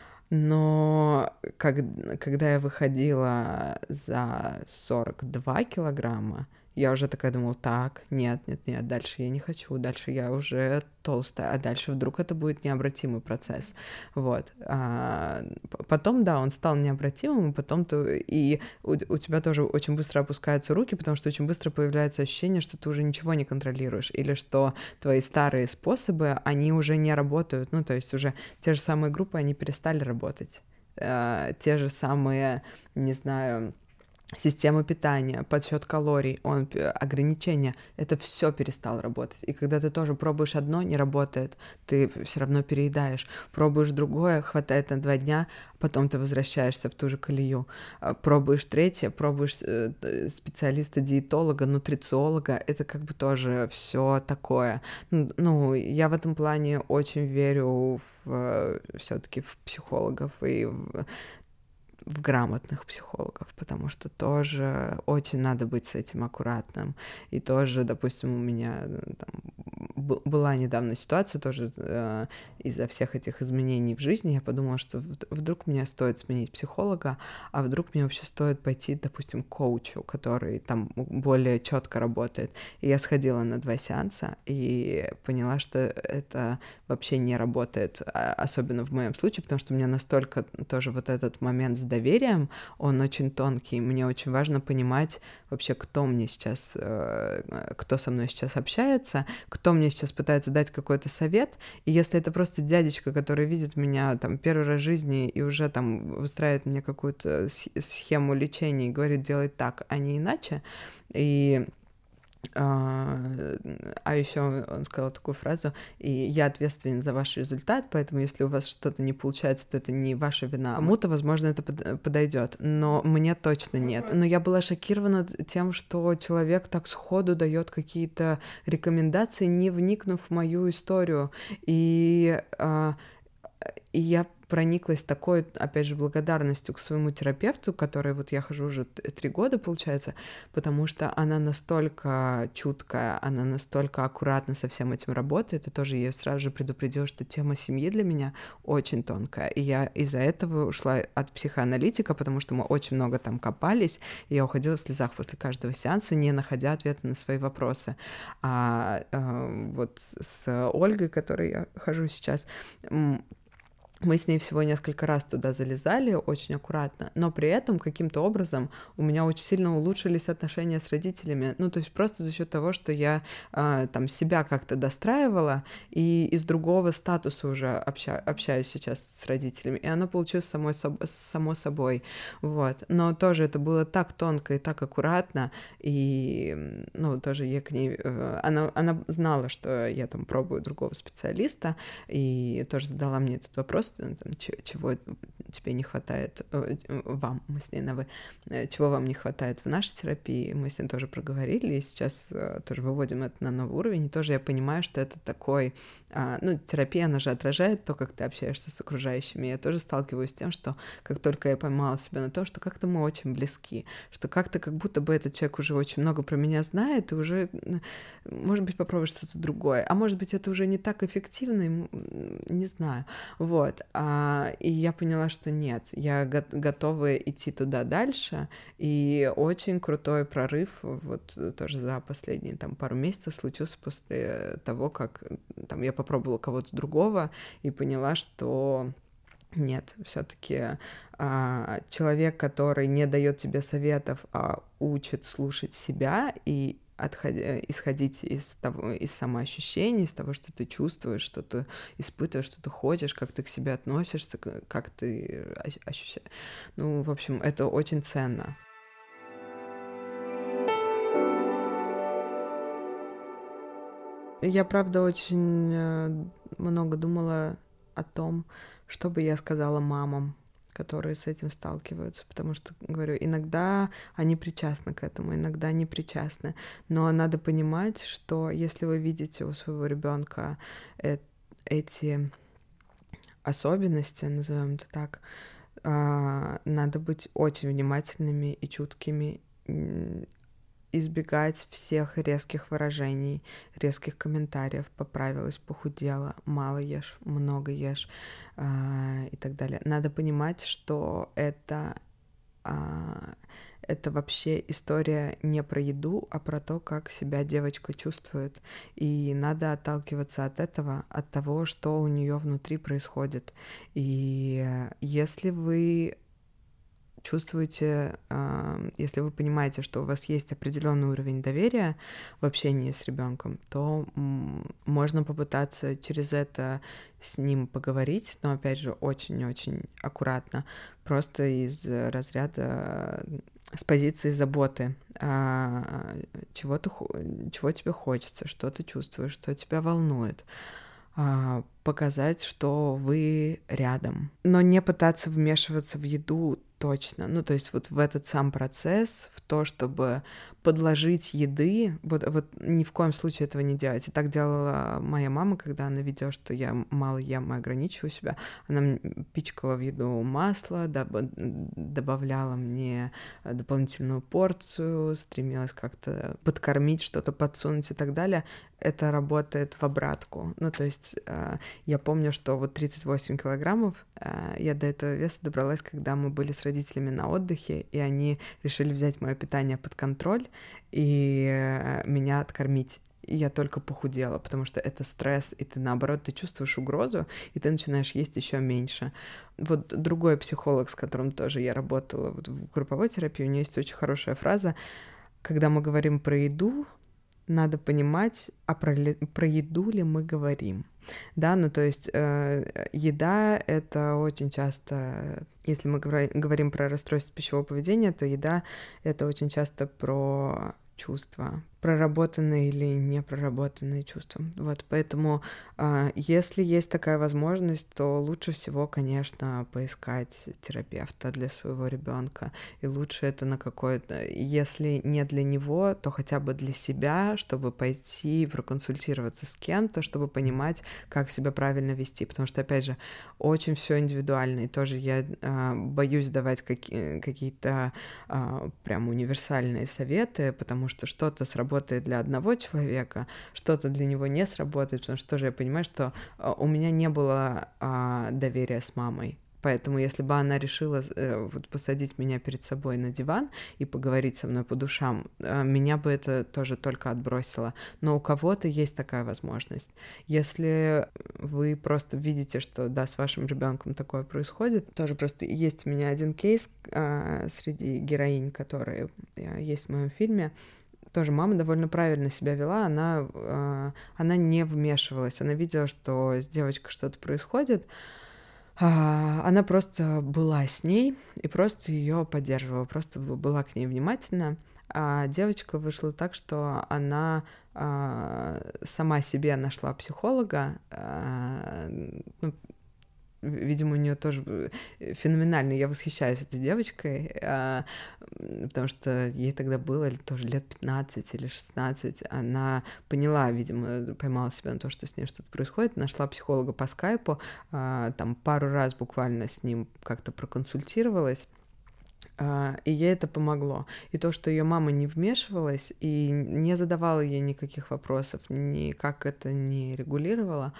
но как, когда я выходила за сорок два килограмма, я уже такая думала, так, нет, нет, нет, дальше я не хочу, дальше я уже толстая, а дальше вдруг это будет необратимый процесс, вот. А потом, да, он стал необратимым, и потом ты, и у, у тебя тоже очень быстро опускаются руки, потому что очень быстро появляется ощущение, что ты уже ничего не контролируешь, или что твои старые способы, они уже не работают, ну, то есть уже те же самые группы, они перестали работать, а, те же самые, не знаю, система питания, подсчет калорий, он, ограничения, это все перестало работать. И когда ты тоже пробуешь одно, не работает, ты все равно переедаешь. Пробуешь другое, хватает на два дня, потом ты возвращаешься в ту же колею. Пробуешь третье, пробуешь специалиста-диетолога, нутрициолога, это как бы тоже все такое. Ну, я в этом плане очень верю в, все-таки в психологов и в в грамотных психологов, потому что тоже очень надо быть с этим аккуратным. И тоже, допустим, у меня там, б- была недавно ситуация тоже э, из-за всех этих изменений в жизни, я подумала, что вдруг мне стоит сменить психолога, а вдруг мне вообще стоит пойти, допустим, к коучу, который там более четко работает. И я сходила на два сеанса и поняла, что это вообще не работает, особенно в моем случае, потому что у меня настолько тоже вот этот момент с доверием, он очень тонкий. Мне очень важно понимать вообще, кто мне сейчас, кто со мной сейчас общается, кто мне сейчас пытается дать какой-то совет. И если это просто дядечка, который видит меня там первый раз в жизни и уже там выстраивает мне какую-то схему лечения и говорит, делай так, а не иначе, и А, а еще он сказал такую фразу: и я ответственен за ваш результат, поэтому если у вас что-то не получается, то это не ваша вина. Кому-то, возможно, это подойдет, но мне точно нет. Но я была шокирована тем, что человек так сходу дает какие-то рекомендации, не вникнув в мою историю. И, и я прониклась такой, опять же, благодарностью к своему терапевту, которой вот я хожу уже три года, получается, потому что она настолько чуткая, она настолько аккуратно со всем этим работает, и тоже ее сразу же предупредила, что тема семьи для меня очень тонкая, и я из-за этого ушла от психоаналитика, потому что мы очень много там копались, и я уходила в слезах после каждого сеанса, не находя ответа на свои вопросы. А, а вот с Ольгой, которой я хожу сейчас, мы с ней всего несколько раз туда залезали, очень аккуратно, но при этом каким-то образом у меня очень сильно улучшились отношения с родителями, ну, то есть просто за счет того, что я э, там себя как-то достраивала, и из другого статуса уже обща- общаюсь сейчас с родителями, и оно получилось само, соб- само собой, вот, но тоже это было так тонко и так аккуратно, и, ну, тоже я к ней, э, она, она знала, что я там пробую другого специалиста, и тоже задала мне этот вопрос, там, чего тебе не хватает, вам, мы с ней на вы, чего вам не хватает в нашей терапии, мы с ней тоже проговорили, и сейчас тоже выводим это на новый уровень, и тоже я понимаю, что это такой, ну, терапия, она же отражает то, как ты общаешься с окружающими, я тоже сталкиваюсь с тем, что как только я поймала себя на то, что как-то мы очень близки, что как-то как будто бы этот человек уже очень много про меня знает, и уже, может быть, попробуешь что-то другое, а может быть, это уже не так эффективно, не знаю, вот. А, и я поняла, что нет, я го- готова идти туда дальше, и очень крутой прорыв вот тоже за последние там пару месяцев случился после того, как там я попробовала кого-то другого и поняла, что нет, все-таки а, человек, который не дает тебе советов, а учит слушать себя и отходя, исходить из того, из самоощущений, из того, что ты чувствуешь, что ты испытываешь, что ты хочешь, как ты к себе относишься, как ты ощущаешь. Ну, в общем, это очень ценно. Я, правда, очень много думала о том, что бы я сказала мамам, которые с этим сталкиваются, потому что, говорю, иногда они причастны к этому, иногда не причастны, но надо понимать, что если вы видите у своего ребенка э- эти особенности, назовем это так, э- надо быть очень внимательными и чуткими, избегать всех резких выражений, резких комментариев, поправилась, похудела, мало ешь, много ешь э, и так далее. Надо понимать, что это, э, это вообще история не про еду, а про то, как себя девочка чувствует. И надо отталкиваться от этого, от того, что у нее внутри происходит. И если вы чувствуете, если вы понимаете, что у вас есть определенный уровень доверия в общении с ребенком, то можно попытаться через это с ним поговорить, но опять же очень-очень аккуратно, просто из разряда с позиции заботы, чего ты, чего тебе хочется, что ты чувствуешь, что тебя волнует. Показать, что вы рядом, но не пытаться вмешиваться в еду точно. Ну, то есть вот в этот сам процесс, в то, чтобы подложить еды, вот, вот ни в коем случае этого не делать. И так делала моя мама, когда она видела, что я мало ем и ограничиваю себя. Она пичкала в еду масло, доб- добавляла мне дополнительную порцию, стремилась как-то подкормить, что-то подсунуть и так далее. Это работает в обратку. Ну, то есть я помню, что вот тридцать восемь килограммов я до этого веса добралась, когда мы были с родителями на отдыхе, и они решили взять мое питание под контроль и меня откормить. И я только похудела, потому что это стресс, и ты, наоборот, ты чувствуешь угрозу, и ты начинаешь есть еще меньше. Вот другой психолог, с которым тоже я работала вот в групповой терапии, у нее есть очень хорошая фраза: когда мы говорим про еду, надо понимать, а про, ли, про еду ли мы говорим. Да, ну то есть э, еда — это очень часто, если мы говорим, говорим про расстройство пищевого поведения, то еда — это очень часто про чувства, проработанные или непроработанные чувства. Вот, поэтому э, если есть такая возможность, то лучше всего, конечно, поискать терапевта для своего ребенка. И лучше это на какое-то, если не для него, то хотя бы для себя, чтобы пойти проконсультироваться с кем-то, чтобы понимать, как себя правильно вести. Потому что, опять же, очень все индивидуально. И тоже я э, боюсь давать какие- какие-то э, прям универсальные советы, потому что что-то сработает для одного человека, что-то для него не сработает, потому что тоже я понимаю, что у меня не было а, доверия с мамой. Поэтому если бы она решила э, вот, посадить меня перед собой на диван и поговорить со мной по душам, э, меня бы это тоже только отбросило. Но у кого-то есть такая возможность. Если вы просто видите, что да, с вашим ребенком такое происходит, тоже просто есть у меня один кейс э, среди героинь, которые э, есть в моем фильме. Тоже мама довольно правильно себя вела, она, э, она не вмешивалась, она видела, что с девочкой что-то происходит, а, она просто была с ней и просто ее поддерживала, просто была к ней внимательна. А девочка вышла так, что она а, сама себе нашла психолога, а, ну, видимо, у нее тоже феноменально. Я восхищаюсь этой девочкой, потому что ей тогда было тоже лет пятнадцать или шестнадцать. Она поняла, видимо, поймала себя на то, что с ней что-то происходит, нашла психолога по скайпу, там пару раз буквально с ним как-то проконсультировалась. И ей это помогло. И то, что ее мама не вмешивалась и не задавала ей никаких вопросов, никак это не регулировала,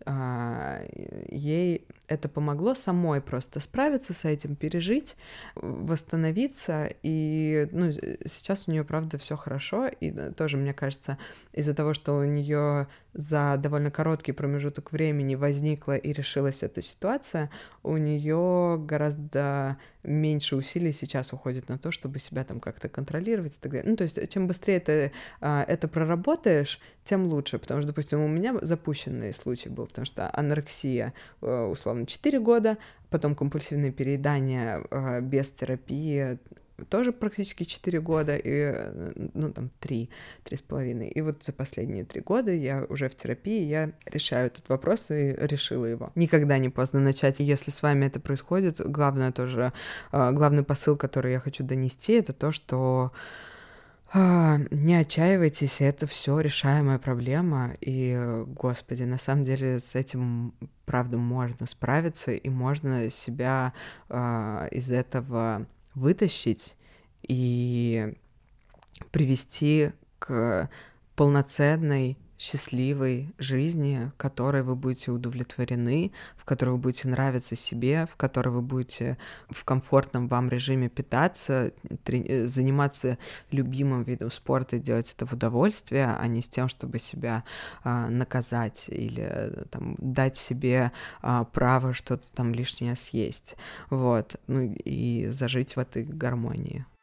ей это помогло самой просто справиться с этим, пережить, восстановиться. И ну, сейчас у нее, правда, все хорошо. И тоже, мне кажется, из-за того, что у нее за довольно короткий промежуток времени возникла и решилась эта ситуация, у нее гораздо меньше усилий сейчас уходит на то, чтобы себя там как-то контролировать и так далее. Ну, то есть, чем быстрее ты а, это проработаешь, тем лучше. Потому что, допустим, у меня запущенный случай был, потому что анорексия, условно, четыре года, потом компульсивное переедание а, без терапии тоже практически четыре года, и, ну, там, три, три с половиной. И вот за последние три года я уже в терапии, я решаю этот вопрос и решила его. Никогда не поздно начать. И если с вами это происходит, главное тоже, главный посыл, который я хочу донести, это то, что не отчаивайтесь, это все решаемая проблема, и, господи, на самом деле с этим, правда, можно справиться, и можно себя э, из этого вытащить и привести к полноценной счастливой жизни, в которой вы будете удовлетворены, в которой вы будете нравиться себе, в которой вы будете в комфортном вам режиме питаться, трени- заниматься любимым видом спорта и делать это в удовольствие, а не с тем, чтобы себя а, наказать или там, дать себе а, право что-то там лишнее съесть. Вот. Ну и зажить в этой гармонии.